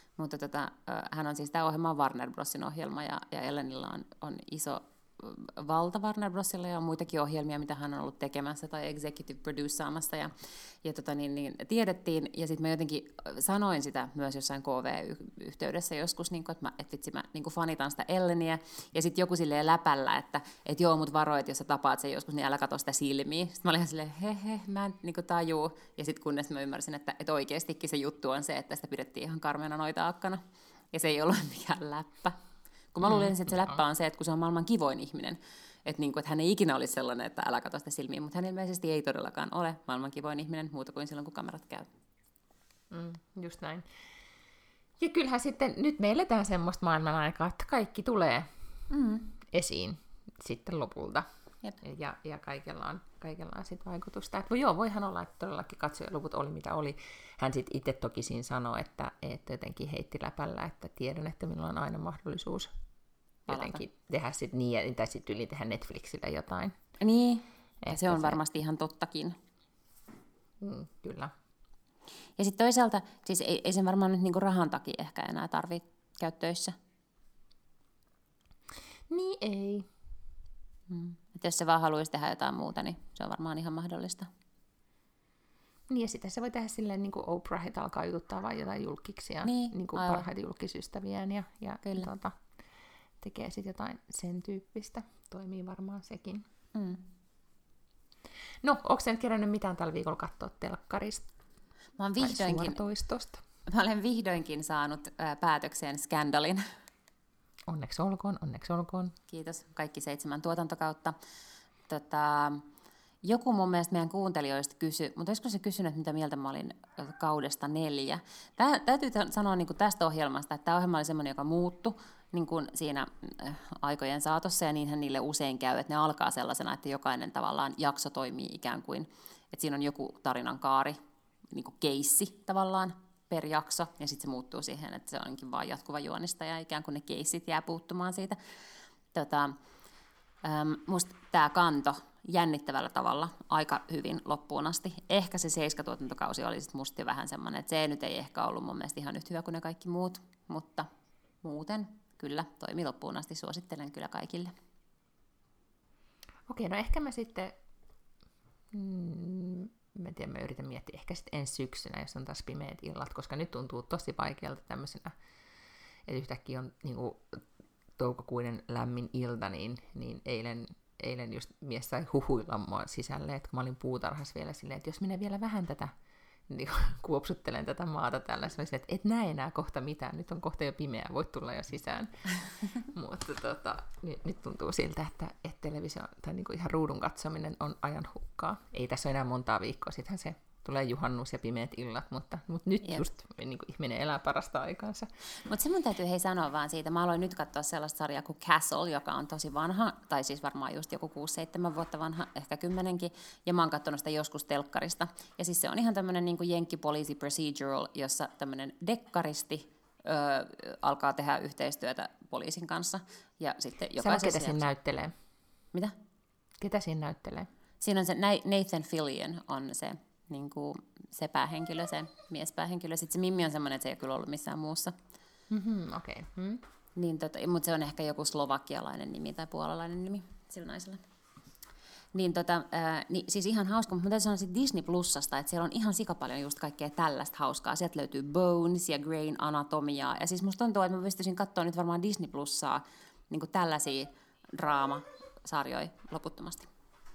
hän on siis, tämä ohjelma on Warner Brosin ohjelma ja Ellenillä on iso valta Warner Brosilla ja on muitakin ohjelmia, mitä hän on ollut tekemässä tai executive produceamassa ja tiedettiin ja sitten mä jotenkin sanoin sitä myös jossain KV-yhteydessä joskus, niin kun, että mä niin fanitan sitä Elleniä ja sitten joku silleen läpällä, että joo, mut varo, että jos sä tapaat sen joskus, niin älä katso sitä silmiä. Sitten mä olin ihan silleen, mä en niin tajuu ja sitten kunnes mä ymmärsin, että oikeastikin se juttu on se, että sitä pidettiin ihan karmeana noita akkana ja se ei ollut mikään läppä. Kun mä luulen, että se läppä on se, että kun se on maailman kivoin ihminen, että hän ei ikinä olisi sellainen, että älä katso sitä silmiin, mutta hän ilmeisesti ei todellakaan ole maailman kivoin ihminen muuta kuin silloin, kun kamerat käy. Just näin. Ja kyllähän sitten, nyt me eletään semmoista maailman aikaa, että kaikki tulee esiin sitten lopulta. Jep. Ja kaikella on sit vaikutusta. Että joo, voihan olla, että todellakin katsojaluvut oli mitä oli. Hän sitten itse toki siinä sanoi, että jotenkin heitti läpällä, että tiedän, että minulla on aina mahdollisuus jotenkin tehdä sitten niin, tai sitten yli tehdä Netflixille jotain. Niin, ja se on varmasti ihan tottakin. Kyllä. Ja sitten toisaalta, siis ei sen varmaan nyt niinku rahan takia ehkä enää tarvitse käydä töissä. Niin ei. Että jos se vaan haluaisi tehdä jotain muuta, niin se on varmaan ihan mahdollista. Niin ja sitä se voi tehdä silleen, niin kuin Oprah, että alkaa jututtaa vain jotain julkiksia, niin kuin parhaita julkisystäviään ja tekee sitten jotain sen tyyppistä. Toimii varmaan sekin. No, onko sä nyt kerännyt mitään tällä viikolla katsoa telkkarista? Mä olen vihdoinkin saanut päätökseen Scandalin. Onneksi olkoon, onneksi olkoon. Kiitos. Kaikki 7 tuotantokautta. Joku mun mielestä meidän kuuntelijoista kysyi, mutta olisiko se kysynyt, että mitä mieltä mä olin kaudesta 4. Täytyy sanoa niin kuin tästä ohjelmasta, että tämä ohjelma oli semmoinen, joka muuttui niin kuin siinä aikojen saatossa, ja niinhän niille usein käy, että ne alkaa sellaisena, että jokainen tavallaan jakso toimii ikään kuin, että siinä on joku tarinan kaari, niin kuin keissi tavallaan per jakso, ja sitten se muuttuu siihen, että se onkin vaan jatkuva juonista, ja ikään kuin ne keissit jää puuttumaan siitä. Musta tämä kanto jännittävällä tavalla aika hyvin loppuun asti. Ehkä se 7 tuotantokausi oli sitten musta jo vähän semmoinen, että se nyt ei ehkä ollut mun mielestä ihan yhtä hyvä kuin ne kaikki muut, mutta muuten kyllä toimi loppuun asti, suosittelen kyllä kaikille. Okei, no ehkä mä sitten, mä en tiedä, mä yritän miettiä ehkä sitten ensi syksynä, jos on taas pimeät illat, koska nyt tuntuu tosi vaikealta tämmöisenä, että yhtäkkiä on niinku toukokuinen lämmin ilta, niin eilen just mies sai huhuilla mua sisälle, että kun mä olin puutarhassa vielä silleen, että jos minä vielä vähän tätä niin kuopsuttelen tätä maata tällä, että et näe enää kohta mitään, nyt on kohta jo pimeää, voit tulla jo sisään. Mutta nyt tuntuu siltä, että televisio tai niinku ihan ruudun katsominen on ajan hukkaa. Ei tässä ole enää montaa viikkoa, sittenhän se tulee juhannus ja pimeät illat, mutta nyt just niin kuin ihminen elää parasta aikaansa. Mutta se mun täytyy sanoa vaan siitä, mä aloin nyt katsoa sellaista sarjaa kuin Castle, joka on tosi vanha, tai siis varmaan just joku 6-7 vuotta vanha, ehkä 10kin, ja mä oon katsonut sitä joskus telkkarista. Ja siis se on ihan tämmöinen niin kuin jenkkipoliisi procedural, jossa tämmöinen dekkaristi alkaa tehdä yhteistyötä poliisin kanssa. Ja sitten ketä siinä näyttelee? Mitä? Ketä siinä näyttelee? Siinä on se Nathan Fillion on niin kuin se päähenkilö, se miespäähenkilö. Sitten se Mimmi on semmoinen, että se ei ole kyllä ollut missään muussa. Okei. Niin, mutta se on ehkä joku slovakialainen nimi tai puolalainen nimi sillä naisella. Niin, siis ihan hauska, mutta mä täytyy sanoa Disney Plusasta, että siellä on ihan sikapaljon just kaikkea tällaista hauskaa. Sieltä löytyy Bones ja Grain Anatomiaa. Ja siis musta tuntuu, että mä pystyisin katsoa nyt varmaan Disney Plussaa niin kuin tällaisia draamasarjoja loputtomasti.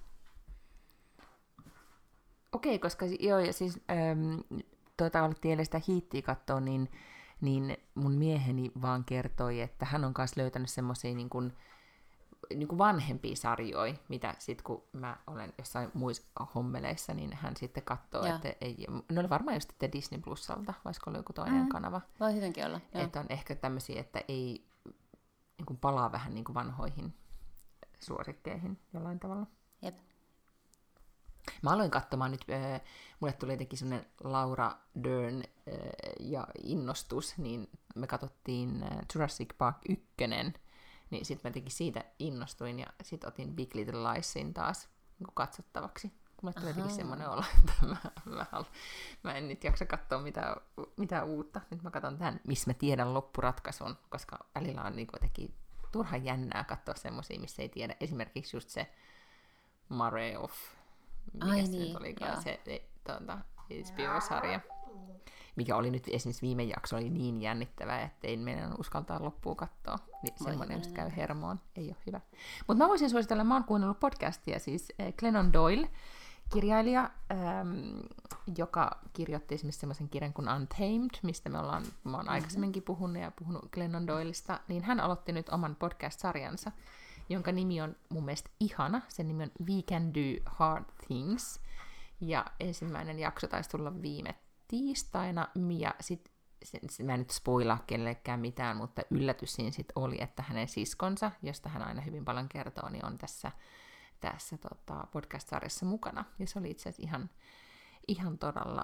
Okei, koska joo, ja siis alettiin eilen sitä Heatia katsoa, niin mun mieheni vaan kertoi, että hän on kanssa löytänyt semmoisia niin kuin vanhempia sarjoja, mitä sitten kun mä olen jossain muissa hommeleissa, niin hän sitten katsoo, että ne oli varmaan just Disney Plusalta, vaikka oli joku toinen kanava. Voi hyvinkin olla. Että on ehkä tämmöisiä, että ei niin kuin palaa vähän niin kuin vanhoihin suosikkeihin jollain tavalla. Jep. Mä aloin katsomaan nyt, mulle tuli jotenkin semmoinen Laura Dern ja innostus, niin me katsottiin Jurassic Park 1, niin sitten mä tekin siitä innostuin ja sitten otin Big Little Liesin taas niin katsottavaksi. Kun mulle tuli jotenkin semmoinen olo, että mä en nyt jaksa katsoa mitään uutta. Nyt mä katson tämän, missä mä tiedän loppuratkaisun, koska välillä on niin jotenkin turhan jännää katsoa semmoisia, missä ei tiedä. Esimerkiksi just se Mare of... Mikä se nyt olikaan se HBO-sarja, mikä oli nyt esimerkiksi viime jakso oli niin jännittävää, että ei meidän uskaltaa loppuun katsoa. Niin semmoinen just käy hermoon, ei ole hyvä. Mutta mä voisin suositella, mä oon kuunnellut podcastia, siis Glennon Doyle, kirjailija, joka kirjoitti esimerkiksi semmoisen kirjan kuin Untamed, mistä mä oon aikaisemminkin puhunut Glennon Doylesta, niin hän aloitti nyt oman podcast-sarjansa, jonka nimi on mun mielestä ihana. Sen nimi on We Can Do Hard Things. Ja ensimmäinen jakso taisi tulla viime tiistaina. Ja sit, mä en nyt spoilaa kenellekään mitään, mutta yllätys siinä sit oli, että hänen siskonsa, josta hän aina hyvin paljon kertoo, niin on tässä tässä podcast-sarjassa mukana. Ja se oli itse asiassa ihan todella,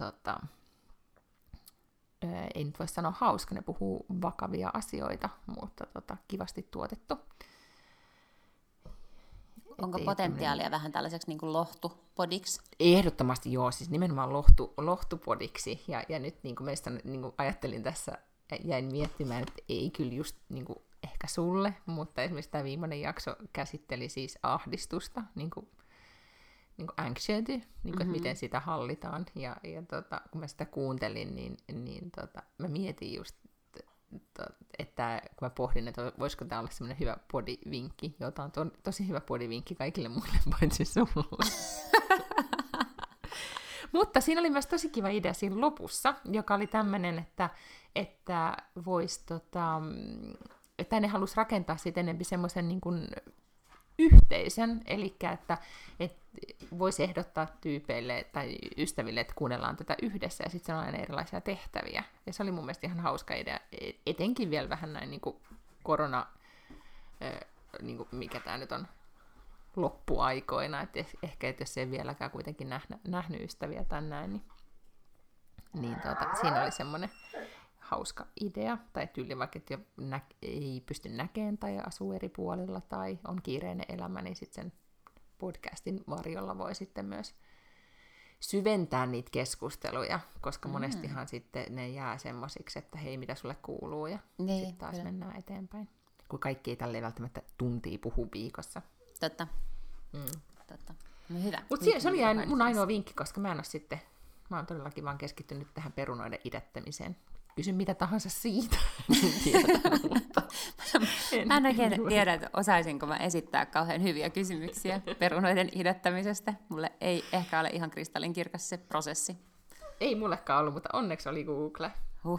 ei nyt voi sanoa hauska, ne puhuu vakavia asioita, mutta kivasti tuotettu. Onko potentiaalia vähän tällaiseksi niin kuin lohtupodiksi? Ehdottomasti joo, siis nimenomaan lohtupodiksi. Ja nyt niin kuin meistä niin kuin ajattelin tässä, jäin miettimään, että ei kyllä just niin kuin ehkä sulle, mutta esimerkiksi tämä viimeinen jakso käsitteli siis ahdistusta, niin kuin anxiety, niin kuin, että miten sitä hallitaan. Ja kun mä sitä kuuntelin, niin mä mietin just, että kun mä pohdin, että voisiko tämä olla semmoinen hyvä podivinkki, jota on tosi hyvä podivinkki kaikille muille paitsi sulle. Mutta siinä oli myös tosi kiva idea siinä lopussa, joka oli tämmöinen, että vois että ne halusi rakentaa siitä enemmän semmoisen niin kuin yhteisön, eli että voisi ehdottaa tyypeille tai ystäville, että kuunnellaan tätä yhdessä, ja sitten se on aina erilaisia tehtäviä. Ja se oli mun mielestä ihan hauska idea, etenkin vielä vähän näin niin kuin korona, niin kuin mikä tämä nyt on, loppuaikoina, että ehkä että jos ei vieläkään kuitenkin nähnyt ystäviä tai näin, niin siinä oli semmoinen hauska idea, tai tyyli vaikka, että ei pysty näkemään tai asuu eri puolilla tai on kiireinen elämä, niin sitten sen podcastin varjolla voi sitten myös syventää niitä keskusteluja, koska monestihan sitten ne jää semmosiksi, että hei, mitä sulle kuuluu, ja niin, sitten taas mennään eteenpäin. Kun kaikki ei tälleen välttämättä tuntia puhu viikossa. Totta. Totta. No hyvä. Mutta se oli mun ainoa vinkki, koska mä oon todellakin vaan keskittynyt tähän perunoiden idättämiseen. Kysy mitä tahansa siitä. Mä en oikein tiedä, että osaisinko mä esittää kauhean hyviä kysymyksiä perunoiden idättämisestä. Mulle ei ehkä ole ihan kristallinkirkas se prosessi. Ei mullekaan ollut, mutta onneksi oli Google.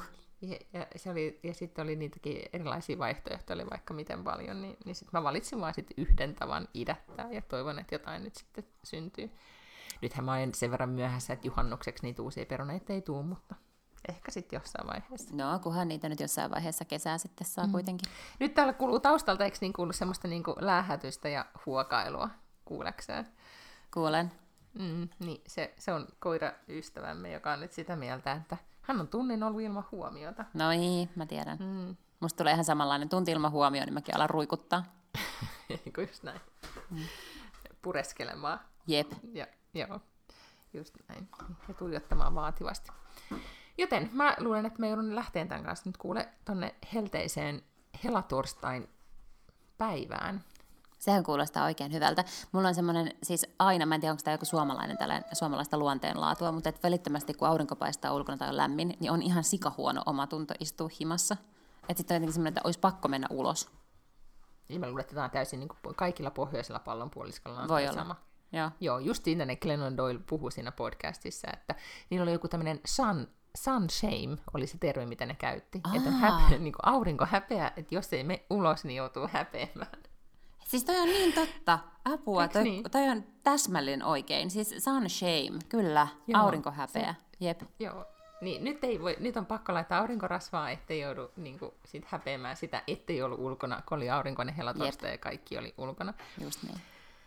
Ja sitten oli niitäkin erilaisia vaihtoehtoja, oli vaikka miten paljon, niin sitten mä valitsin vaan sitten yhden tavan idättää ja toivon, että jotain nyt sitten syntyy. Nythän mä oon sen verran myöhässä, että juhannukseksi niitä uusia peruneita ei tule, mutta ehkä sitten jossain vaiheessa. No, kunhan niitä nyt jossain vaiheessa kesää sitten saa kuitenkin. Nyt täällä kuuluu taustalta, eikö niin kuulu semmoista niinku läähätystä ja huokailua, kuulekseen? Kuulen. Niin se on koiraystävämme, joka on nyt sitä mieltä, että hän on tunnin ollut ilman huomiota. No niin, mä tiedän. Musta tulee ihan samanlainen tunti ilman huomioon, niin mäkin alan ruikuttaa. Just näin. Pureskelemaan. Jep. Joo, just näin. Ja tuijottamaan vaativasti. Joten mä luulen, että me joudun lähteen tämän kanssa nyt kuule tonne helteiseen helatorstain päivään. Sehän kuulostaa oikein hyvältä. Mulla on semmoinen, siis aina, mä en tiedä, onko tämä joku suomalaista luonteenlaatua, mutta että välittömästi kun aurinko paistaa ulkona tai on lämmin, niin on ihan sikahuono omatunto istua himassa. Että sitten on jotenkin semmoinen, että olisi pakko mennä ulos. Ja mä luulen, että tämä on täysin niin kuin kaikilla pohjoisilla pallonpuoliskolla on voi olla. Sama. Joo, just siinä ne Glennon Doyle puhui siinä podcastissa, että niillä oli joku tämmöinen sun shame, oli se termi, mitä ne käytti. Että on niin kuin aurinko häpeä, että jos ei mene ulos, niin joutuu häpeämään. Siis toi on niin totta. Apua, toi on täsmällinen oikein. Siis sun shame, kyllä, aurinko häpeä. Jep. Joo. Niin, nyt on pakko laittaa aurinkorasvaa, ettei joudu niin kuin, sit häpeämään sitä, ettei ollut ulkona, kun oli aurinkoinen helatorstai ja kaikki oli ulkona. Just niin.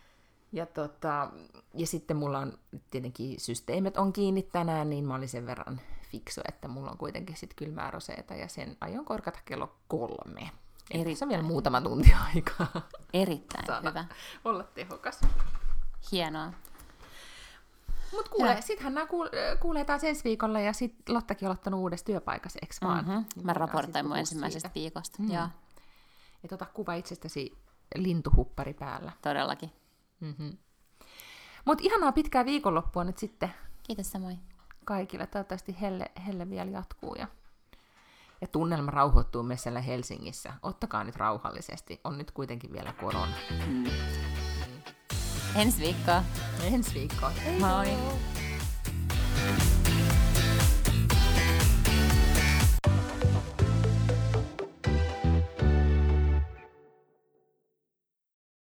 Ja sitten mulla on tietenkin systeemit on kiinni tänään, niin mä olin sen verran fiksu, että mulla on kuitenkin sit kylmää roseeta ja sen aion korkata kello 3. Eli se on vielä muutama tunti aikaa. Erittäin hyvä. Olla tehokas. Hienoa. Mutta kuule, sittenhän nämä kuulee taas ensi viikolla ja sitten Lottakin on aloittanut uudessa työpaikassa, eikö vaan? Mä raportoin mun ensimmäisestä viikosta. Joo. Ja kuva itsestäsi lintuhuppari päällä. Todellakin. Mutta ihanaa pitkää viikonloppua nyt sitten. Kiitos samoin. Kaikille. Toivottavasti helle vielä jatkuu ja tunnelma rauhoittuu myös siellä Helsingissä. Ottakaa nyt rauhallisesti. On nyt kuitenkin vielä korona. Ensi viikkoa. Ensi viikkoa. Moi.